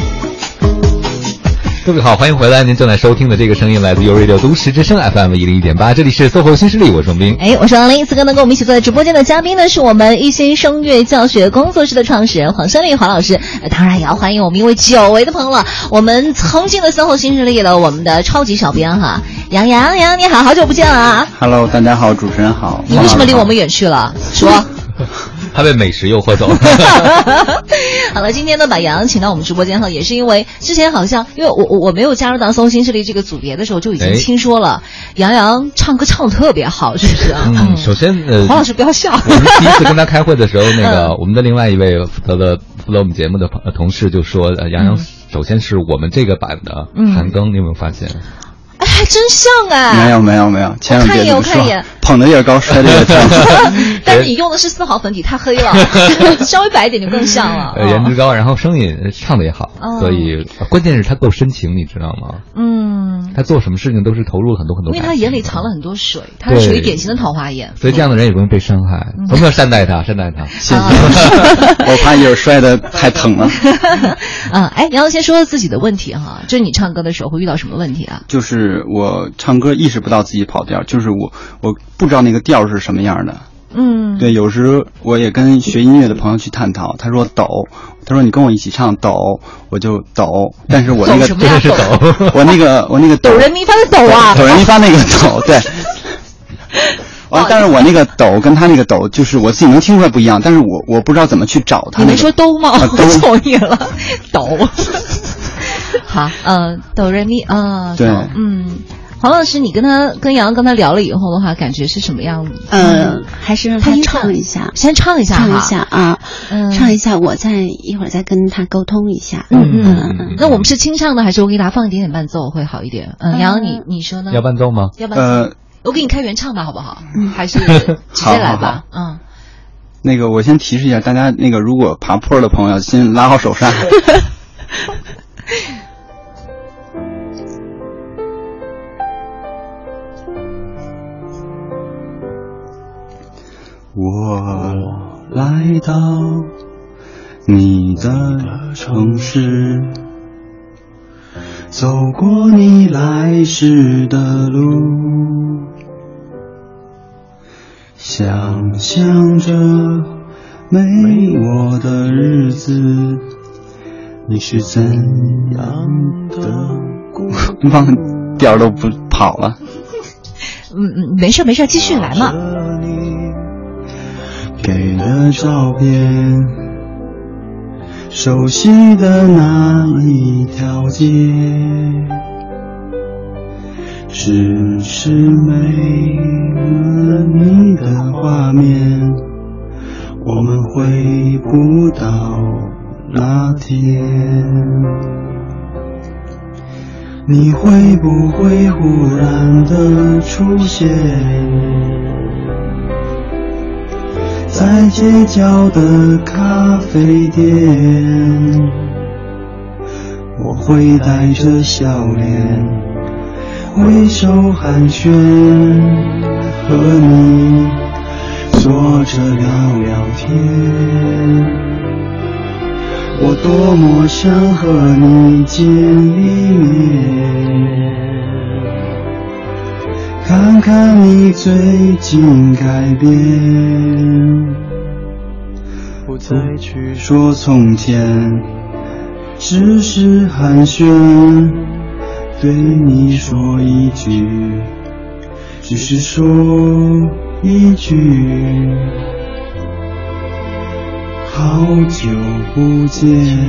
各位好，欢迎回来。您正在收听的这个声音来自 U Radio 都市之声 F M 一零一点八，这里是 S O H O 新势力，我是王斌。 哎，我是王林。此刻呢，跟我们一起坐在直播间的嘉宾呢，是我们一心声乐教学工作室的创始人黄胜利黄老师。呃、当然也要欢迎我们一位久违的朋友了，我们曾经的 S O H O 新势力了，我们的超级小编哈，杨洋杨，你好，好久不见了啊 ！Hello， 大家好，主持人好。 你为什么离我们远去了？说。 他被美食诱惑走了。 好了，今天呢把杨洋请到我们直播间哈，也是因为之前好像因为我我我没有加入到搜新势力这个组别的时候，就已经听说了、哎、杨洋唱歌唱得特别好，是不是啊？ 嗯，首先呃， 黄老师不要笑。 我们第一次跟他开会的时候，那个、嗯、我们的另外一位负责的负责我们节目的同事就说，呃，杨洋首先是我们这个版的韩庚，嗯、你有没有发现？ 哎，还真像哎！ 没有没有没有，千万别这么说。 我看一眼，我看一眼， 捧得越高，摔得越疼。 但是你用的是丝毫粉底，太黑了，稍微白一点就更像了。 呃，颜值高，然后声音唱的也好，哦、所以关键是他够深情，你知道吗？嗯，他做什么事情都是投入很多很多。 因为他眼里藏了很多水，他是属于典型的桃花眼， 所以这样的人也容易被伤害。我们要善待他，善待他。 谢谢。我怕一会儿摔得太疼了。 嗯，哎，杨洋先说自己的问题哈，就是你唱歌的时候会遇到什么问题啊？ 就是我唱歌意识不到自己跑调，就是我我不知道那个调是什么样的。嗯，对，有时我也跟学音乐的朋友去探讨，他说抖，他说你跟我一起唱抖，我就抖，但是我那个抖什么呀抖，我那个我那个抖人咪发的抖啊， 抖人咪发那个抖，对。完，但是我那个抖跟他那个抖，就是我自己能听出来不一样，但是我我不知道怎么去找他、那个。 你没说哆吗？ 啊、 我错你了，抖。好，呃，哆来咪啊， 对， 嗯。黄老师，你跟他跟杨洋跟他聊了以后的话，感觉是什么样子？ 呃，还是让他唱一下， 先唱一下， 唱一下啊，嗯，唱一下，我再一会儿再跟他沟通一下。 嗯嗯嗯嗯。那我们是清唱的，还是我给大家放一点点伴奏会好一点？嗯，杨洋，你你说呢？ 要伴奏吗？ 要伴奏。呃，我给你开原唱吧，好不好？嗯，还是直接来吧。嗯。 那个，我先提示一下大家，那个如果爬坡的朋友，先拉好手刹。我来到你的城市，走过你来时的路，想象着没我的日子，你是怎样的故事？忘调都不跑了。 嗯嗯，没事没事，继续来嘛。 给的照片，熟悉的那一条街，只是没了你的画面，我们回不到那天。你会不会忽然的出现在街角的咖啡店？我会带着笑脸挥手寒暄，和你坐着聊聊天。我多么想和你见一面，看看你最近改变，不再去说从前，只是寒暄，对你说一句，只是说一句，好久不见。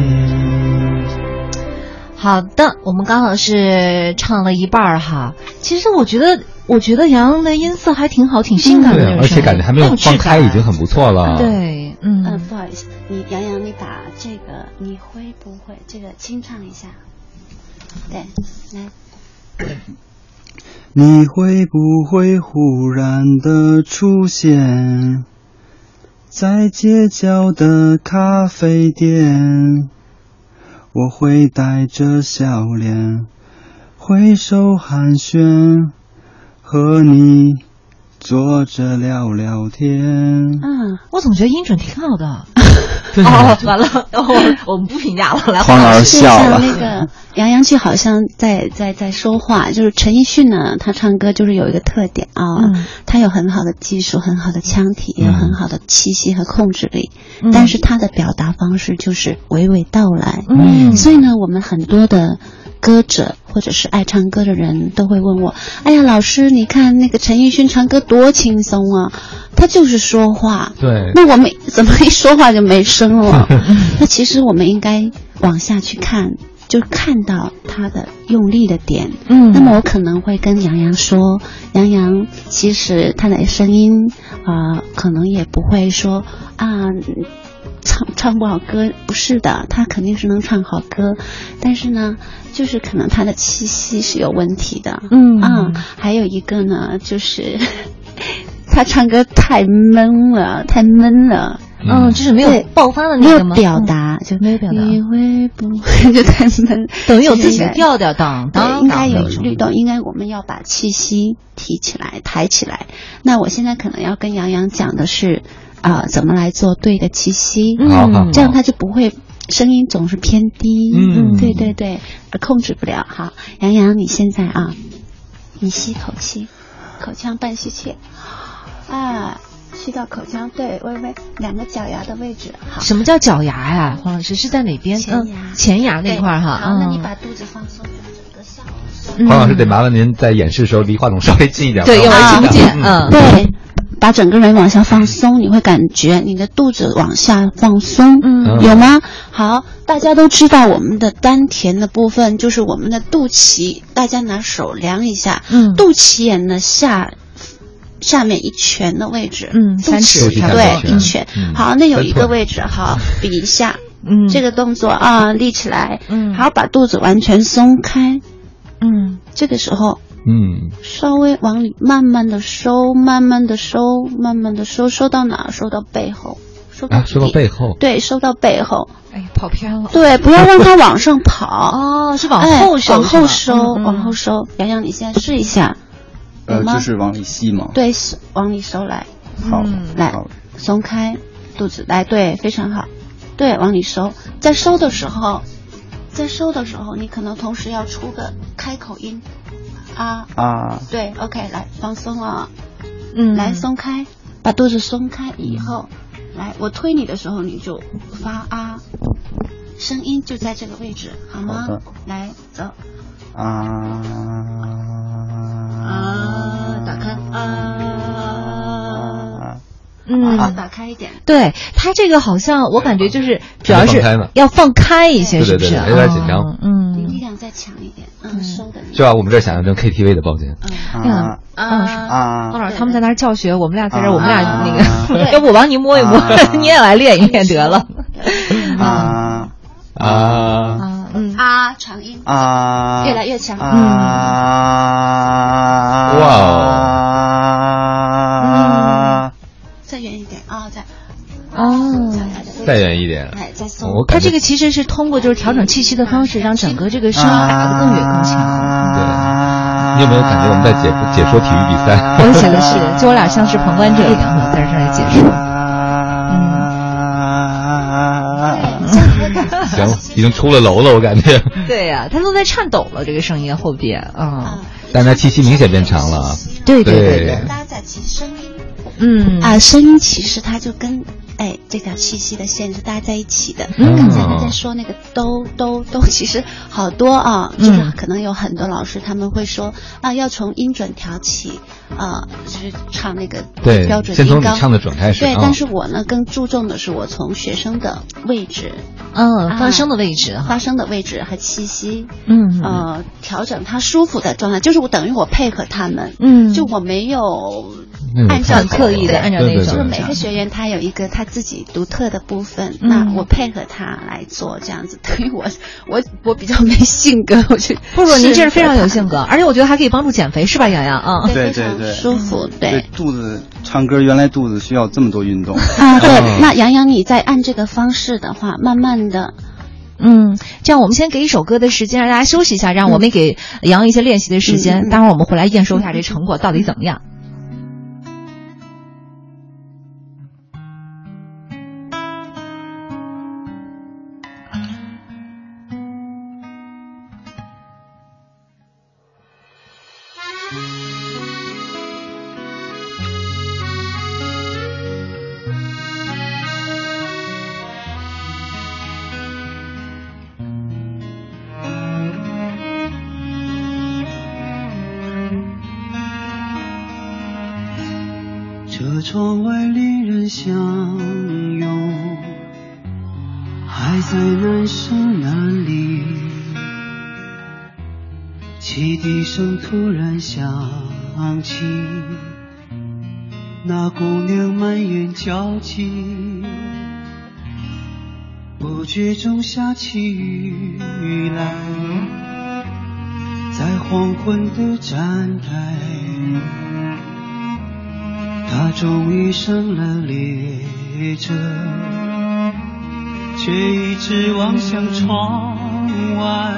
好的，我们刚好是唱了一半哈。其实我觉得，我觉得杨洋的音色还挺好，挺性感的那种， 而且感觉还没有放开，已经很不错了。 对，嗯。 呃，不好意思，你杨洋，你把这个你会不会这个清唱一下？对，来。 你会不会忽然的出现在街角的咖啡店？我会带着笑脸挥手寒暄，和你坐着聊聊天。 嗯，我总觉得音准挺好的。 哦，完了，哦，我们不评价了，来， 黄老师笑了。 那个杨洋就好像在在在说话，就是陈奕迅呢，他唱歌就是有一个特点啊、哦嗯，他有很好的技术，很好的腔体，也有很好的气息和控制力，嗯、但是他的表达方式就是娓娓道来。嗯，所以呢，我们很多的歌者或者是爱唱歌的人都会问我，哎呀，老师，你看那个陈奕迅唱歌多轻松啊，他就是说话。 对。 那我们怎么一说话就没声了？那其实我们应该往下去看，就看到他的用力的点。嗯。那么我可能会跟杨洋说，杨洋其实他的声音啊、呃，可能也不会说啊。唱唱不好歌，不是的，他肯定是能唱好歌，但是呢，就是可能他的气息是有问题的。嗯啊，还有一个呢，就是他唱歌太闷了，太闷了。 嗯，就是没有爆发的那个吗？ 没有表达，嗯、就没有表达。 你会不会就太闷？ 等于有自己的调调，当当应该有律动，应该我们要把气息提起来，抬起来。那我现在可能要跟杨洋讲的是。啊、呃，怎么来做对的气息？嗯，这样他就不会声音总是偏低。嗯，对对对，控制不了。好，杨洋，你现在啊，你吸口气，口腔半吸气，啊，吸到口腔，对，微微两个角牙的位置。好， 什么叫角牙呀？黄老师是在哪边？ 前牙， 嗯、前牙那块哈。 好，那你把肚子放松，整个笑。 黄老师得麻烦您在演示的时候离话筒稍微近一点。 对，因为听不见。嗯， 对。把整个人往下放松，你会感觉你的肚子往下放松，嗯，有吗？好，大家都知道我们的丹田的部分就是我们的肚脐，大家拿手量一下，嗯，肚脐眼的下下面一拳的位置， 嗯，三尺， 对，一拳。嗯、好，那有一个位置，好，比一下，嗯，这个动作啊，立起来，嗯，好，把肚子完全松开，嗯，这个时候。 嗯， 稍微往里慢慢的收，慢慢的收，慢慢的收，收到哪？收到背后，收到、 啊、收到背后， 对，收到背后。 哎呀，跑偏了。 对，不要让它往上跑。 哦，是往后收， 哎、往后收，嗯、往后收。洋洋，你现在试一下。 呃，就是往里吸吗？ 对，往里收来。 好， 嗯、来，松开肚子，来，对，非常好。对，往里收。在收的时候，在收的时候，你可能同时要出个开口音。啊啊， 对 ，OK， 来放松了，嗯，来松开，把肚子松开以后，来我推你的时候你就发啊，声音就在这个位置，好吗？ 好的， 来走， 啊啊，打开啊。 嗯， 啊，打开一点。 对，他这个好像我感觉就是主要是要放开一些，是不是？ 有点紧张。 嗯， 力量再强一点。嗯，收的。 就把我们这想象成 K T V 的包间。 啊啊啊！ 王老师他们在那儿教学，我们俩在这儿，我们俩那个，要不我帮你摸一摸，你也来练一练得了。 啊啊啊！嗯啊，长音啊， 越来越强。 啊！哇哦！再远一点啊，再哦， 再远一点， 哎，再松。 它这个其实是通过就是调整气息的方式，让整个这个声音打得更远更强。 对，你有没有感觉我们在解解说体育比赛？ 我也觉得是，就我俩像是旁观者一样哈，在这儿解说。 嗯，行，已经出了楼了，我感觉。 对呀、啊，他都在颤抖了，这个声音后边啊， 嗯、但他气息明显变长了。 对对对对， 大家在其声音。 嗯啊，声音其实它就跟哎这条气息的线是搭在一起的。嗯，刚才他在说那个哆哆哆，其实好多啊，就是可能有很多老师他们会说啊，要从音准调起啊，就是唱那个标准音高。 先从你唱的准开始。 对，但是我呢更注重的是我从学生的位置， 嗯，发声的位置， 发声的位置和气息， 嗯呃，调整他舒服的状态，就是我等于我配合他们， 嗯， 就我没有。 按照刻意的按照那种， 就是每个学员他有一个他自己独特的部分，嗯、那我配合他来做这样子。等于我我我比较没性格，我就不不，您这是非常有性格，而且我觉得还可以帮助减肥，是吧，洋洋啊？ 对对对， 舒服。对， 肚子唱歌原来肚子需要这么多运动啊。对，那洋洋你再按这个方式的话，慢慢的。 嗯，这样我们先给一首歌的时间，让大家休息一下，让我们给洋洋一些练习的时间。待会儿我们回来验收一下这成果到底怎么样。 车窗外恋人相拥，还在难舍难离，汽笛声突然响起，那姑娘满眼焦急，不觉中下起雨来，在黄昏的站台，他终于上了列车，却一直望向窗外。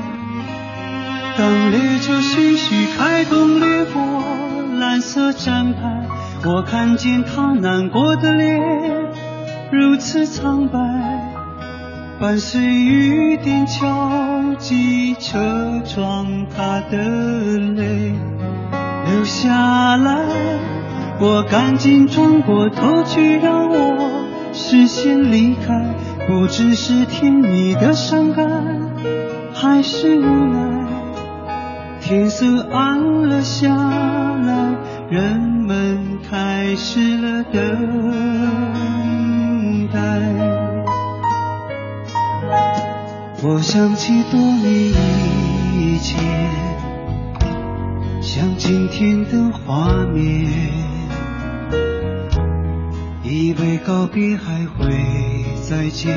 当列车徐徐开动，掠过蓝色站牌，我看见他难过的脸如此苍白，伴随雨点敲击车窗，他的泪流下来。我赶紧转过头去，让我视线离开，不知是甜蜜的伤感还是无奈。天色暗了下来，人们开始了等待。我想起多年以前，像今天的画面，以为告别还会再见，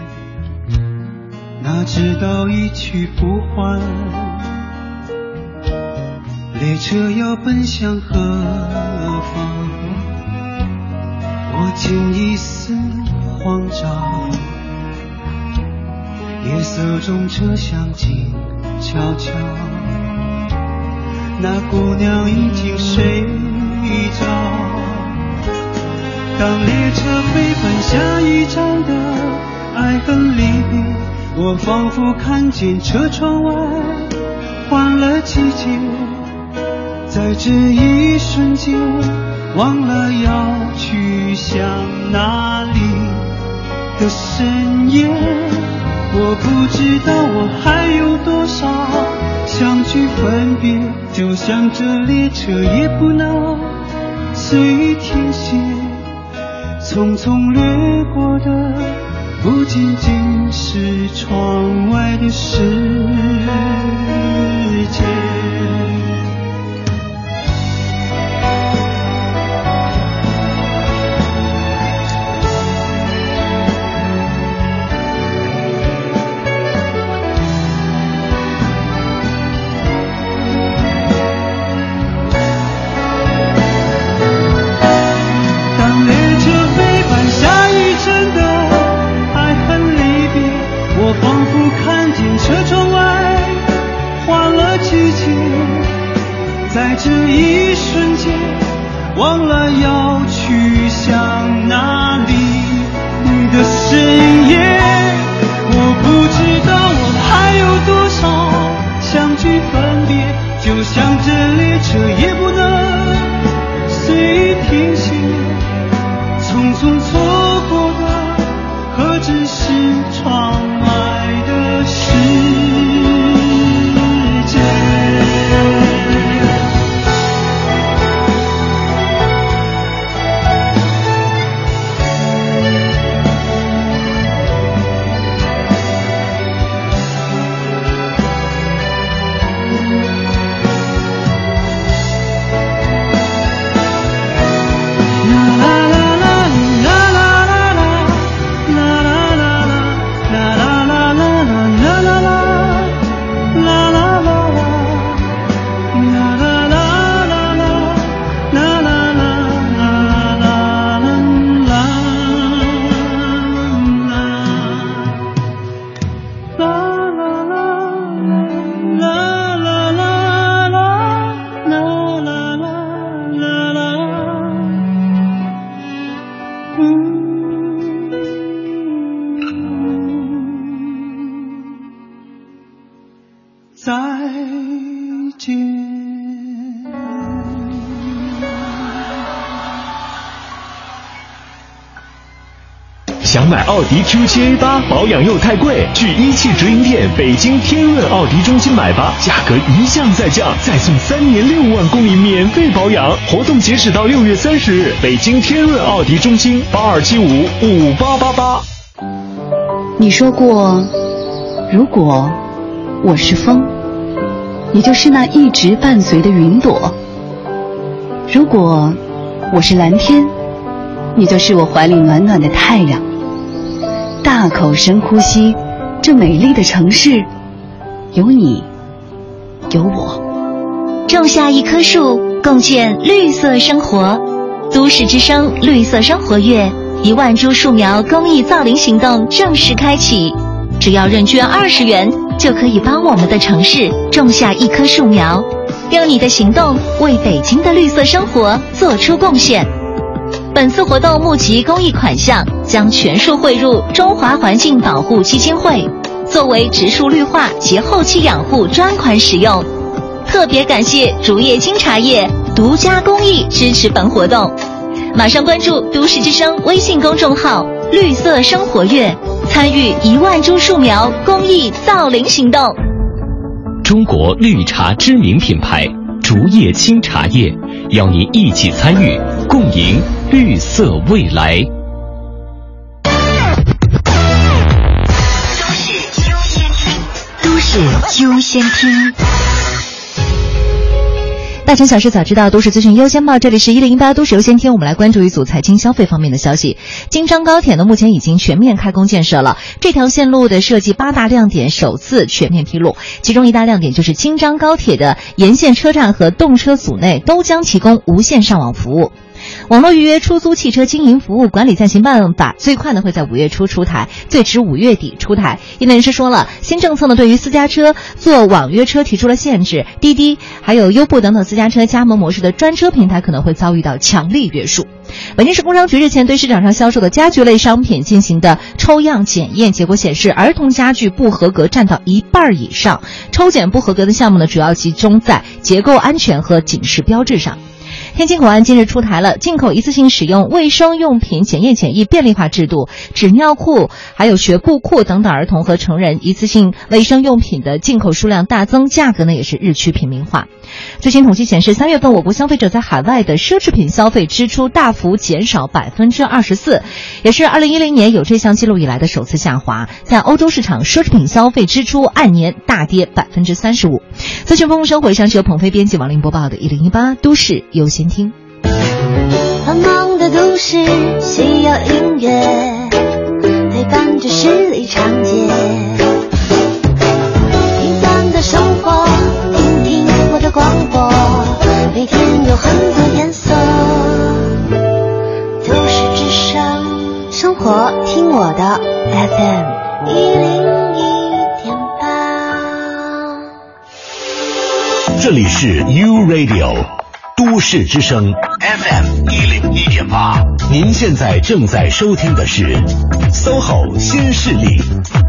哪知道一去不还。列车要奔向何方，我竟一丝慌张。夜色中车厢静悄悄，那姑娘已经睡着。当列车飞奔下一站的爱恨离别，我仿佛看见车窗外换了季节，在这一瞬间忘了要去向哪里的深夜。我不知道我还有多少相聚分别，就像这列车也不能随停歇，匆匆掠过的不仅仅是窗外的世界。在这一瞬间忘了要去向哪里的深夜。我不知道我还有多少相聚分别，就像这列车也不能随停歇，匆匆错过的何止是窗外的世界。 想买奥迪 Q 七 A 八，保养又太贵，去一汽直营店北京天润奥迪中心买吧，价格一降再降，再送三年六万公里免费保养，活动截止到六月三十日，北京天润奥迪中心八二七五五八八八。 你说过，如果我是风，你就是那一直伴随的云朵；如果我是蓝天，你就是我怀里暖暖的太阳。大口深呼吸，这美丽的城市，有你，有我。 种下一棵树，共建绿色生活。都市之声绿色生活月一万株树苗公益造林行动正式开启，只要认捐二十元，就可以帮我们的城市种下一棵树苗，用你的行动为北京的绿色生活做出贡献。本次活动募集公益款项将全数汇入中华环境保护基金会，作为植树绿化及后期养护专款使用。特别感谢竹叶青茶叶独家公益支持本活动。马上关注都市之声微信公众号绿色生活月，参与一万株树苗公益造林行动。 中国绿茶知名品牌竹叶青茶叶邀您一起参与，共赢绿色未来。 都市优先听， 大城小事早知道，都市资讯优先报。这里是一零一八都市优先听，我们来关注一组财经消费方面的消息。京张高铁呢，目前已经全面开工建设了，这条线路的设计八大亮点首次全面披露，其中一大亮点就是京张高铁的沿线车站和动车组内都将提供无线上网服务。网络预约出租汽车经营服务管理暂行办法最快呢会在五月初出台，最迟五月底出台。业内人士说了，新政策呢对于私家车做网约车提出了限制，滴滴还有优步等等私家车加盟模式的专车平台可能会遭遇到强力约束。北京市工商局日前对市场上销售的家具类商品进行的抽样检验，结果显示儿童家具不合格占到一半以上。抽检不合格的项目呢，主要集中在结构安全和警示标志上。天津口岸近日出台了进口一次性使用卫生用品检验检疫便利化制度，纸尿裤还有学步裤等等儿童和成人一次性卫生用品的进口数量大增，价格呢也是日趋平民化。最新统计显示，三月份我国消费者在海外的奢侈品消费支出大幅减少百分之二十四，也是二零一零年有这项记录以来的首次下滑。在欧洲市场，奢侈品消费支出按年大跌百分之三十五。资讯丰富生活，以上是由鹏飞编辑王林播报的一零一八都市优先听。 繁忙的都市需要音乐陪伴着十里长街，平凡的生活听听我的广播，每天有很多颜色。都市之声，生活听我的 F M 一零一点八。 这里是 U Radio 都市之声 F M 一零一点八，您现在正在收听的是 S O H O 新势力。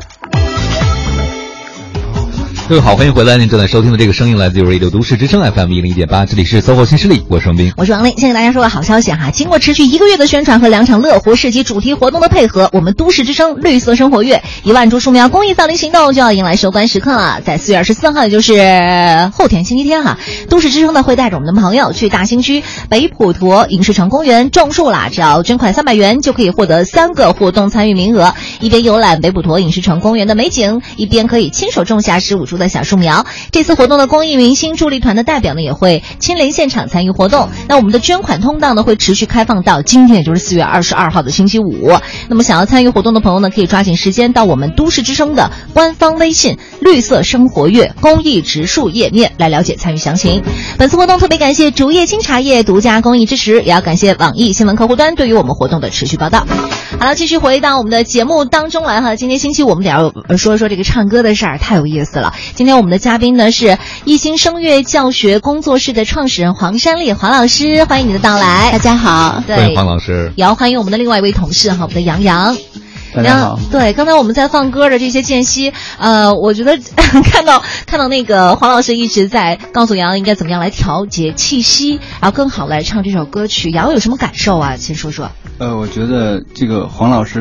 各位好，欢迎回来！您正在收听的这个声音来自于 Radio 都市之声 F M 一零一点八，这里是 S O H O 新势力，我是王斌， 我是王林。先给大家说个好消息哈，经过持续一个月的宣传和两场乐活市集主题活动的配合，我们都市之声绿色生活月一万株树苗公益造林行动就要迎来收官时刻了。在四月二十四号，也就是后天星期天哈，都市之声呢会带着我们的朋友去大兴区北普陀影视城公园种树啦，只要捐款三百元就可以获得三个活动参与名额，一边游览北普陀影视城公园的美景，一边可以亲手种下十五株的小树苗。这次活动的公益明星助力团的代表呢也会亲临现场参与活动。那我们的捐款通道呢会持续开放到今天，也就是四月二十二号的星期五。那么想要参与活动的朋友呢，可以抓紧时间到我们都市之声的官方微信绿色生活月公益植树页面来了解参与详情。本次活动特别感谢竹叶青茶叶独家公益支持，也要感谢网易新闻客户端对于我们活动的持续报道。好了，继续回到我们的节目当中来哈。今天星期五我们得要说一说这个唱歌的事儿，太有意思了。今天我们的嘉宾呢是艺兴声乐教学工作室的创始人黄山丽黄老师，欢迎你的到来。 大家好。 对， 欢迎黄老师。 也要欢迎我们的另外一位同事哈，我们的杨洋。 大家好。 对，刚才我们在放歌的这些间隙，呃，我觉得看到看到那个黄老师一直在告诉杨洋应该怎么样来调节气息，然后更好来唱这首歌曲。杨洋有什么感受啊？先说说。 呃，我觉得这个黄老师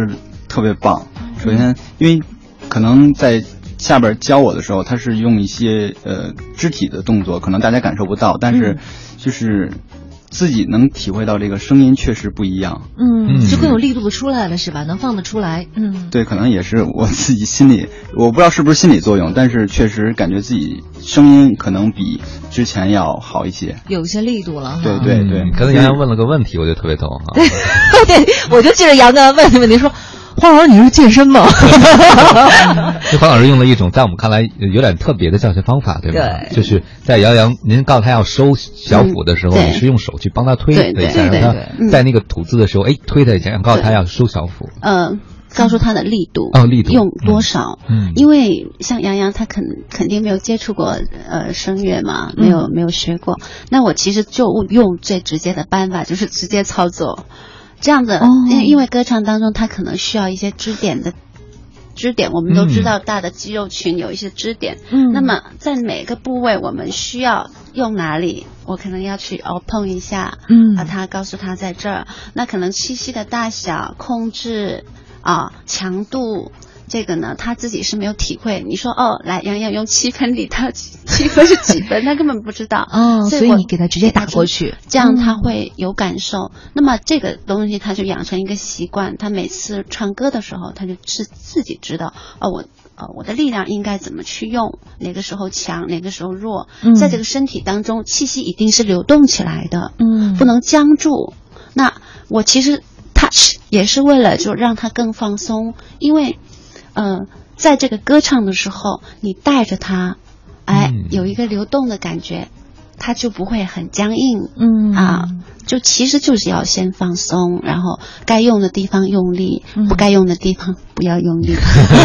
特别棒。首先，因为可能在下边教我的时候，他是用一些呃肢体的动作，可能大家感受不到，但是就是自己能体会到这个声音确实不一样。 嗯，就更有力度的出来了，是吧？能放得出来。嗯， 对，可能也是我自己心里，我不知道是不是心理作用，但是确实感觉自己声音可能比之前要好一些， 有一些力度了。 对对对， 嗯、刚才杨洋问了个问题，我就特别逗哈。 对，对，我就记得杨刚问的问题说。黄老师，你是健身吗？ 这黄老师用了一种在我们看来有点特别的教学方法，对吧？ 对， 就是在杨洋您告诉他要收小腹的时候，嗯、你是用手去帮他推了一下，让他在那个吐字的时候，哎，推他一下，告诉他要收小腹。 嗯。告诉他的力度哦，力度用多少？ 嗯， 因为像杨洋他肯肯定没有接触过呃声乐嘛，没有、嗯、没有学过。那我其实就用最直接的办法，就是直接操作。这样子，哦、因因为歌唱当中它可能需要一些支点的支点，我们都知道大的肌肉群有一些支点。嗯，那么在每个部位我们需要用哪里？我可能要去哦碰一下，嗯，把它告诉他在这儿。那可能气息的大小控制。啊，强度这个呢，他自己是没有体会。你说哦，来杨洋用七分力，他七分是几分？他根本不知道。 哦，所以你给他直接打过去， 这样他会有感受。嗯、那么这个东西他就养成一个习惯，他每次唱歌的时候，他就是自己知道哦，我呃我的力量应该怎么去用，哪个时候强，哪个时候弱。嗯、在这个身体当中，气息一定是流动起来的，嗯，不能僵住。那我其实。他也是为了就让他更放松，因为，呃，在这个歌唱的时候，你带着他，哎，嗯、有一个流动的感觉，他就不会很僵硬，嗯啊，就其实就是要先放松，然后该用的地方用力，嗯、不该用的地方不要用力。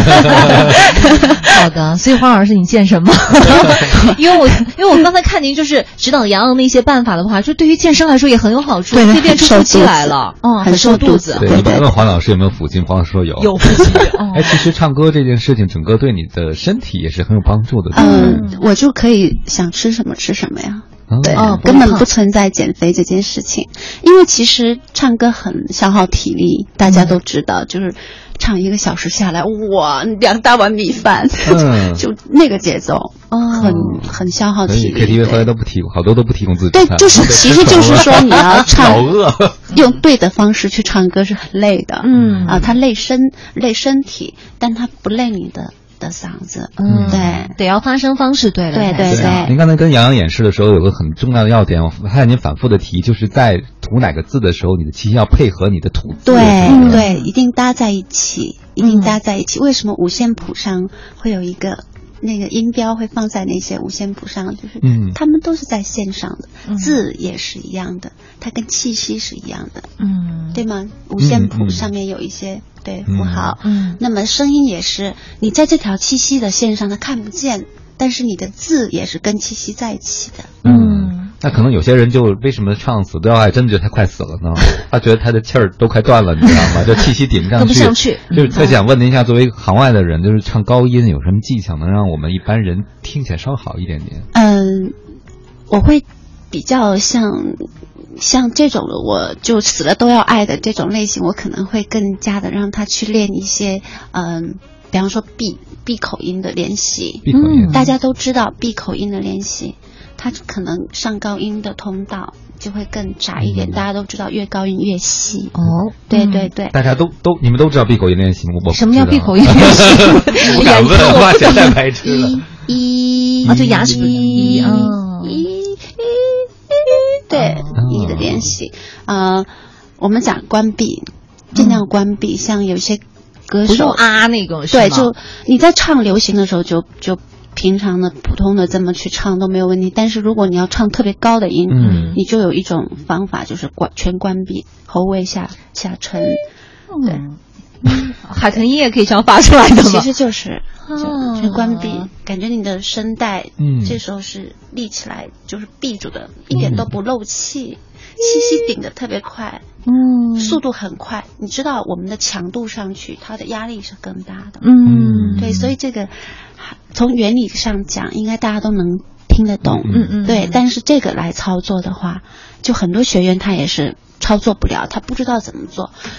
好的，所以黄老师你健身吗？因为我因为我刚才看您就是指导杨洋的一些办法的话，就对于健身来说也很有好处，对，练出腹肌来了，嗯，很瘦肚子。 对，一般问黄老师有没有腹肌，黄老师说有， 有腹肌。 哎，其实唱歌这件事情，整个对你的身体也是很有帮助的。 嗯，我就可以想吃什么吃什么呀。对、哦，根本不存在减肥这件事情，因为其实唱歌很消耗体力，大家都知道，嗯、就是唱一个小时下来，哇，两大碗米饭，嗯、就那个节奏，哦、很很消耗体力。 K T V 后来都不提供，好多都不提供自助餐。对，就是其实就是说你要唱，用对的方式去唱歌是很累的，嗯啊，它累身累身体，但它不累你的。的嗓子，嗯，对， 得要发声方式对了， 对对对。 您刚才跟杨洋演示的时候，有个很重要的要点，我发现您反复的提，就是在吐哪个字的时候，你的气息要配合你的吐字， 对对，一定搭在一起，一定搭在一起。嗯、为什么五线谱上会有一个那个音标会放在那些五线谱上？就是，嗯，他们都是在线上的，嗯、字也是一样的，它跟气息是一样的，嗯，对吗？五线谱上面有一些。嗯对符号，嗯，那么声音也是，你在这条气息的线上，它看不见，但是你的字也是跟气息在一起的， 嗯。那可能有些人就为什么唱死都要爱，真觉得他快死了呢？他觉得他的气儿都快断了，你知道吗？就气息顶不上去， 不上去。 就是特想问您一下，作为行外的人，就是唱高音有什么技巧能让我们一般人听起来稍好一点点？ 嗯，我会比较像。像这种的，我就死了都要爱的这种类型，我可能会更加的让他去练一些，嗯，比方说闭闭口音的练习。 闭口音， 大家都知道闭口音的练习，它可能上高音的通道就会更窄一点。嗯、大家都知道，越高音越细。 哦， 对对对。 大家都都你们都知道闭口音练习吗？我什么叫闭口音练习？ 我敢问，哇，现在白痴了。 一啊，就牙齿一啊。 一对，一的练习，呃，我们讲关闭，尽量关闭。嗯、像有些歌手不用啊那个是对，就你在唱流行的时候就，就就平常的普通的这么去唱都没有问题。但是如果你要唱特别高的音，嗯，你就有一种方法，就是关全关闭，喉位下下沉，嗯、对。 嗯、海豚音也可以这样发出来的吗？ 其实就是就全关闭，啊、感觉你的声带，嗯，这时候是立起来，就是闭住的，一点都不漏气，嗯、气息顶得特别快，嗯，速度很快。你知道我们的强度上去，它的压力是更大的，嗯，对，所以这个从原理上讲，应该大家都能听得懂，嗯嗯，对。但是这个来操作的话，就很多学员他也是操作不了，他不知道怎么做。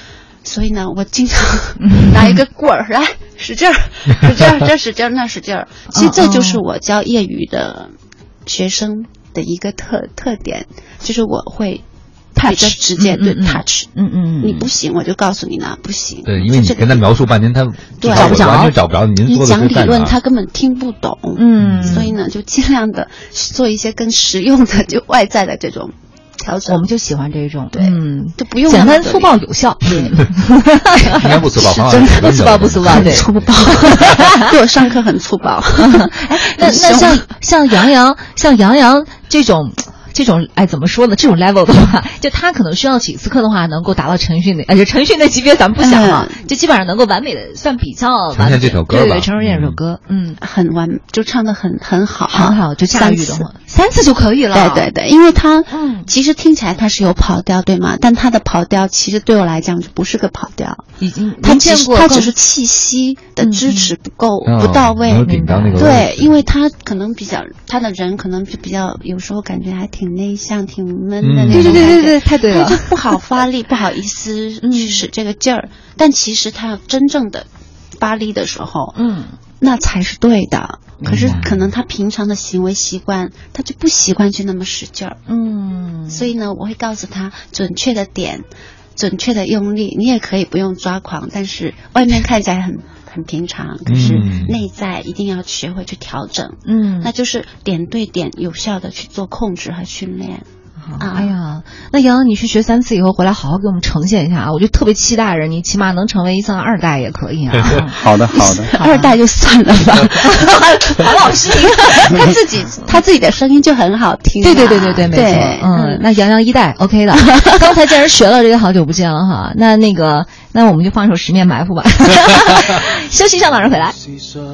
所以呢，我经常拿一个棍儿来使劲儿，使劲儿，这使劲儿，那使劲儿。其实这就是我教业余的学生的一个特特点，就是我会比较直接，对 touch， 嗯嗯， 你不行我就告诉你呢，不行。 对，因为你跟他描述半天，他对找不着，完全找不着您你说的是讲理论， 干嘛他根本听不懂。 嗯， 所以呢，就尽量的做一些更实用的，就外在的这种调整。 我们就喜欢这种， 对， 嗯， 就不用简单粗暴有效。对， 应该不粗暴， 真的不粗暴，不粗暴，对， 粗暴。对我上课很粗暴。 那那像像杨洋，像杨洋这种。这种哎怎么说呢？这种 level 的话，就他可能需要几次课的话，能够达到陈迅的，而且陈迅的级别咱们不想了，嗯、就基本上能够完美的算比较完美。 这首歌吧， 对对，陈迅这首歌，嗯， 很完，就唱的很很好， 很好，就驾驭的话，三次就可以了。 对对对，因为他嗯，其实听起来他是有跑调，对吗？但他的跑调其实对我来讲就不是个跑调， 已经他只是他只是气息的支持不够、嗯、不到位， 哦、顶到那个对，因为他可能比较他的人可能就比较有时候感觉还挺内向、挺闷的那种、嗯， 对对对对对，太对了， 他就不好发力，不好意思去使这个劲儿、嗯。但其实他真正的发力的时候， 嗯， 那才是对的。可是可能他平常的行为习惯，他就不习惯去那么使劲儿， 嗯， 所以呢，我会告诉他准确的点，准确的用力。你也可以不用抓狂，但是外面看起来很很平常，可是内在一定要学会去调整， 嗯， 那就是点对点有效的去做控制和训练。 啊，哎呀，那杨洋，你去学三次以后回来，好好给我们呈现一下啊！我就特别期待着你，起码能成为一算二代也可以啊。 好的，好的， 二代就算了吧。 王老师， 他自己他自己的声音就很好听、啊。 对对对对对，没错。嗯，那杨洋一代 OK 的。刚才既然学了这个，好久不见了哈。那那个，那我们就放一首《十面埋伏》吧。休息一下，马上回来。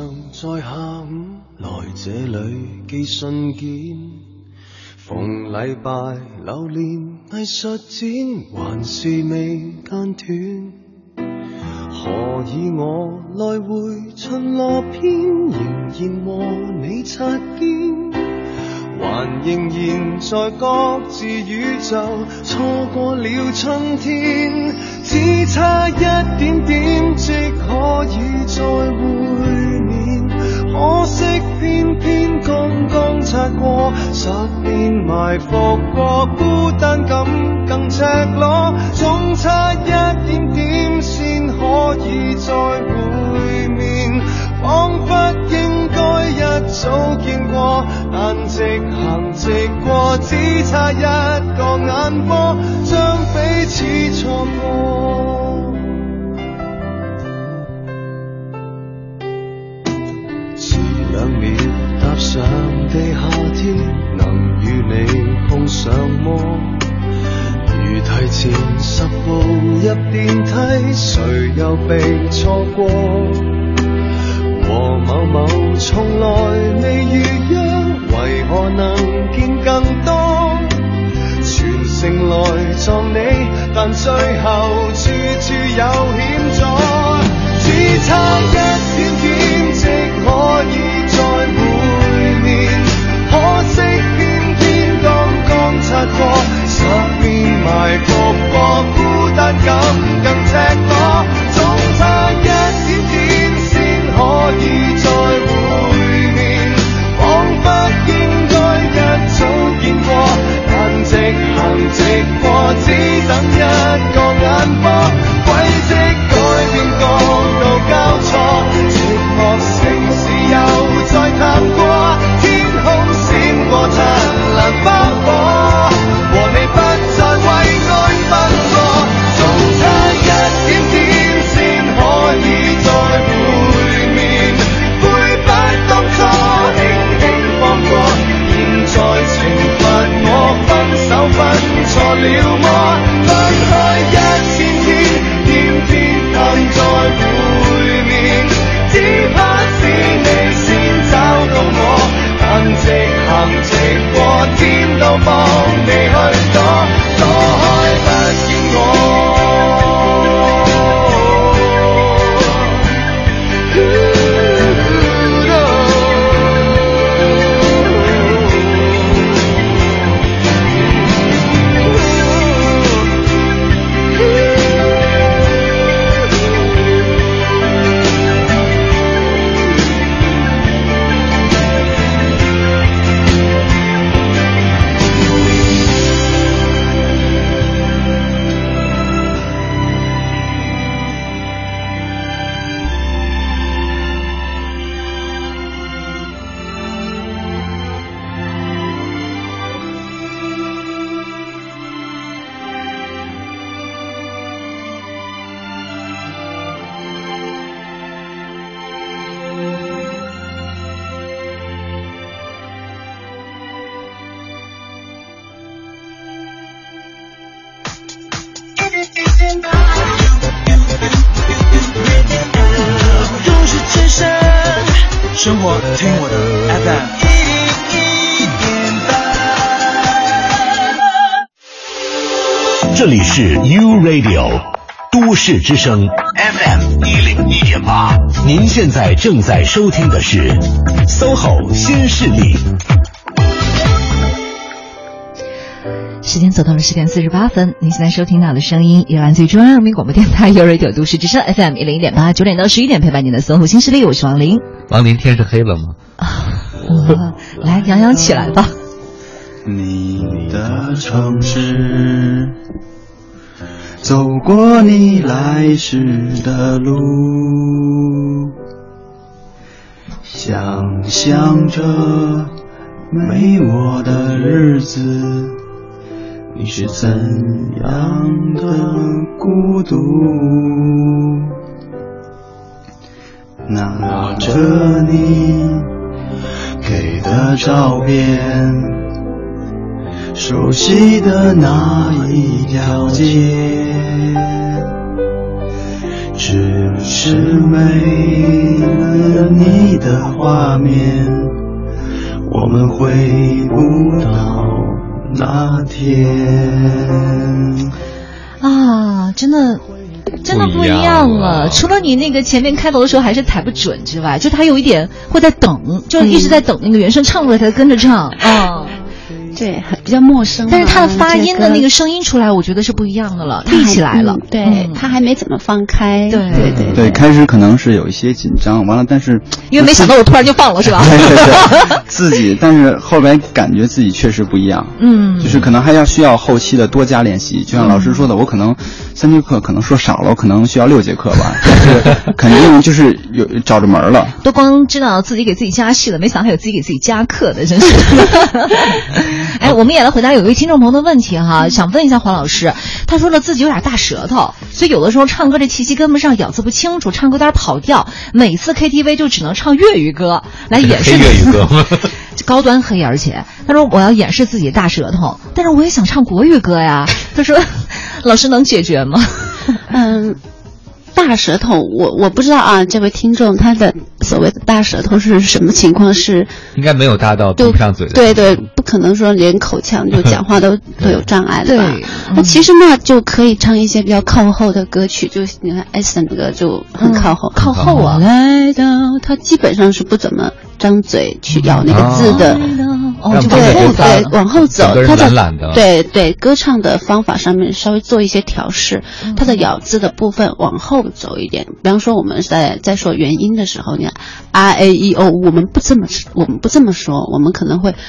逢禮拜流連藝術展，還是未間斷。何以我來回巡邏篇，仍然和你擦肩，還仍然在各自宇宙，錯過了春天，只差一點點，即可以再會面。可惜偏偏剛剛擦過，十年埋伏過，孤單感更赤裸，總差一點點先可以再會面，彷彿應該一早見過，但直行直過，只差一個眼波，將彼此錯過。兩秒踏上地下鐵，能與你碰上麼？如提前十步入電梯，誰又被錯過？和某某從來未預約，為何能見更多？全城來撞你，但最後處處有險阻，只差一點點即可以再會面，可惜偏偏剛剛擦過，十面埋伏過，孤單感更赤裸，總差一點點先可以再會面，彷彿應該一早見過，但直行直過，只等一個眼波，軌跡都市之声，生活听我的 F M 一零一点八。 这里是 U Radio 都市之声 F M 一零一点八，您现在正在收听的是 S O H O 新势力。 时间走到了十点四十八分，您现在收听到的声音也来自于中央人民广播电台 U Radio 都市之声 F M 一零一点八，九点到十一点陪伴您的 S O H O 新势力，我是王琳。 王琳，天是黑了吗？ 啊，来洋洋起来吧。 你的城市，走过你来时的路，想象着没我的日子，你是怎样的孤独？拿着你给的照片，熟悉的那一条街，只是没了你的画面，我们回不到那天。 啊，真的真的不一样了。除了你那个前面开头的时候还是踩不准之外，就他有一点会在等，就是一直在等那个原声唱出来才跟着唱啊。 对，比较陌生， 但是他的发音的那个声音出来，我觉得是不一样的了，立起来了。 嗯、对、嗯，他还没怎么放开。 对对对对，开始可能是有一些紧张，完了，但是因为没想到我突然就放了，是吧？ 对对对，自己，但是后来感觉自己确实不一样。 嗯， 就是可能还要需要后期的多加练习。就像老师说的，我可能三节课可能说少了，我可能需要六节课吧，但是肯定就是有找着门了。 都光知道自己给自己加戏了，没想到还有自己给自己加课的，真是。哎，我们也来回答有一位听众朋友的问题哈，想问一下黄老师，他说了自己有点大舌头，所以有的时候唱歌这气息跟不上，咬字不清楚，唱歌有点跑调，每次 K T V 就只能唱粤语歌来掩饰粤语歌吗？ 高端黑，而且他说我要掩饰自己大舌头，但是我也想唱国语歌呀。他说老师能解决吗？ 嗯。大舌头，我我不知道啊，这位听众他的所谓的大舌头是什么情况？是应该没有大到闭不上嘴的。 对对，不可能说连口腔就讲话都都有障碍的吧？那、嗯、其实那就可以唱一些比较靠后的歌曲，就你看艾森那个就很靠后， 嗯、靠后啊。 来到他基本上是不怎么张嘴去咬那个字的。 哦，就对对，往后走， 他的懒的对对，歌唱的方法上面稍微做一些调试， 嗯、 他的咬字的部分往后走一点。比方说我们在在说元音的时候，你看 r a e o， 我们不这么我们不这么说，我们可能会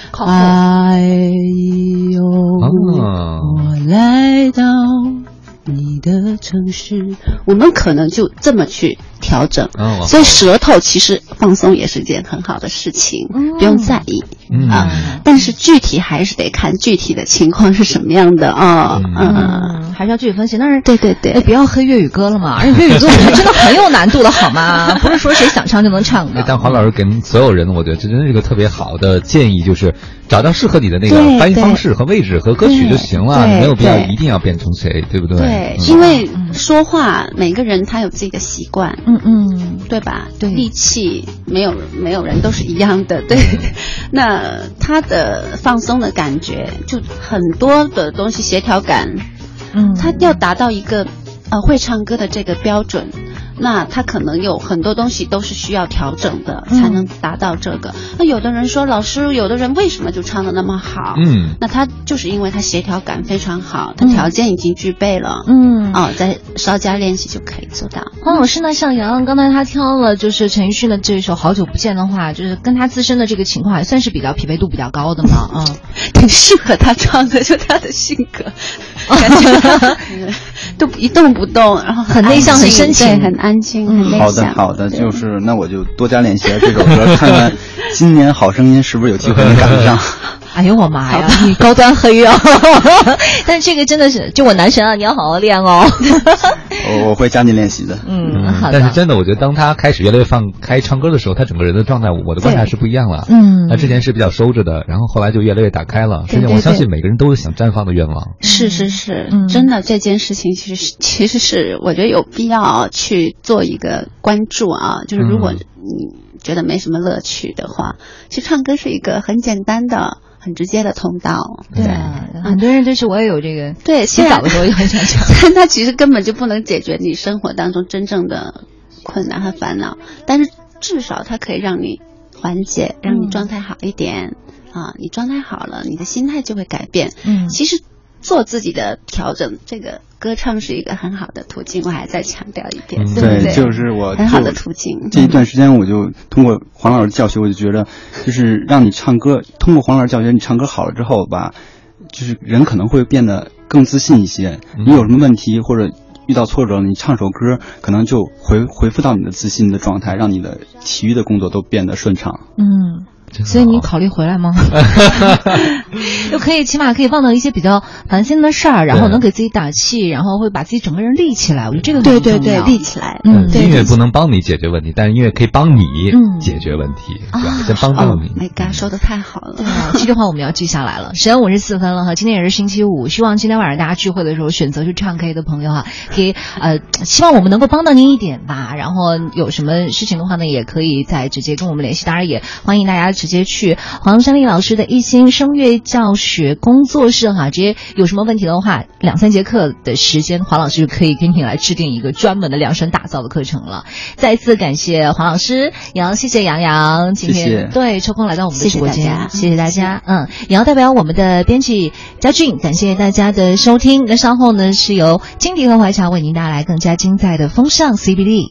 r a e o， 我来到你的城市，我们可能就这么去调整。 哦、 所以舌头其实放松也是件很好的事情，嗯、不用在意、 嗯、 啊。但是具体还是得看具体的情况是什么样的啊。嗯， 嗯嗯还是要具体分析。但是对对对， 哎，不要黑粤语歌了嘛，而且粤语歌我觉得真的很有难度的，好吗？不是说谁想唱就能唱的。 但黄老师给所有人，我觉得这真是一个特别好的建议，就是找到适合你的那个发音方式和位置和歌曲就行了，你没有必要一定要变成谁，对不对？ 对，嗯、因为说话每个人他有自己的习惯， 嗯嗯， 对吧？ 对， 力气没有没有人都是一样的，对。那他的放松的感觉，就很多的东西协调感， 嗯， 他要达到一个呃会唱歌的这个标准。那他可能有很多东西都是需要调整的，才能达到这个。嗯、那有的人说，老师，有的人为什么就唱得那么好？ 嗯， 那他就是因为他协调感非常好，他条件已经具备了。 嗯， 哦，再稍加练习就可以做到。 黄老师呢，像洋洋刚才他挑了就是陈奕迅的这首《好久不见》的话，就是跟他自身的这个情况还算是比较匹配度比较高的嘛，啊、嗯， 挺适合他唱的，就他的性格，感觉都一动不动，然后很内向、很深情、 很安静、很内向。 好的，好的，就是那我就多加练习这首歌，看看今年好声音是不是有机会能赶得上。 哎呦我妈呀，你高端黑啊！但是这个真的是，就我男神啊，你要好好练哦。 我我会加紧练习的。 嗯，好的。 但是真的，我觉得当他开始越来越放开唱歌的时候，他整个人的状态，我的观察是不一样了。 嗯， 他之前是比较收着的，然后后来就越来越打开了。实际上，我相信每个人都有想绽放的愿望。 是是是， 嗯、 真的这件事情其实其实是我觉得有必要去做一个关注啊，就是如果你觉得没什么乐趣的话，其实唱歌是一个很简单的。很直接的通道， 对啊，很多人就是我也有这个， 对， 洗澡的时候也很想唱， 但它其实根本就不能解决你生活当中真正的困难和烦恼，但是至少它可以让你缓解，让你状态好一点、嗯、啊，你状态好了，你的心态就会改变。嗯，其实做自己的调整，这个歌唱是一个很好的途径，我还再强调一遍，嗯、对不对？ 就是我很好的途径。 这一段时间，我就通过黄老师教学，我就觉得，就是让你唱歌，通过黄老师教学，你唱歌好了之后吧，就是人可能会变得更自信一些。嗯、你有什么问题或者遇到挫折了，你唱首歌，可能就回回复到你的自信的状态，让你的其余的工作都变得顺畅。 嗯。所以你考虑回来吗？就可以起码可以忘掉一些比较烦心的事儿，然后能给自己打气，然后会把自己整个人立起来。我觉得这个对对对，立起来。 嗯，音乐不能帮你解决问题，但是音乐可以帮你解决问题，对吧？先帮到你。 没干，说的太好了。 对啊，这句话我们要记下来了。十点五十四分了哈，今天也是星期五，希望今天晚上大家聚会的时候选择去唱 K 的朋友哈，可以呃，希望我们能够帮到您一点吧。然后有什么事情的话呢，也可以再直接跟我们联系。当然也欢迎大家直接去黄山丽老师的一心声乐教学工作室哈，直接有什么问题的话，两三节课的时间，黄老师可以给你来制定一个专门的量身打造的课程了。再次感谢黄老师，也要谢谢杨洋今天谢谢对抽空来到我们的直播间， 谢谢大家， 谢谢大家。嗯，也要代表我们的编辑嘉俊，感谢大家的收听。那稍后呢，是由金迪和怀乔为您带来更加精彩的风尚 C B D。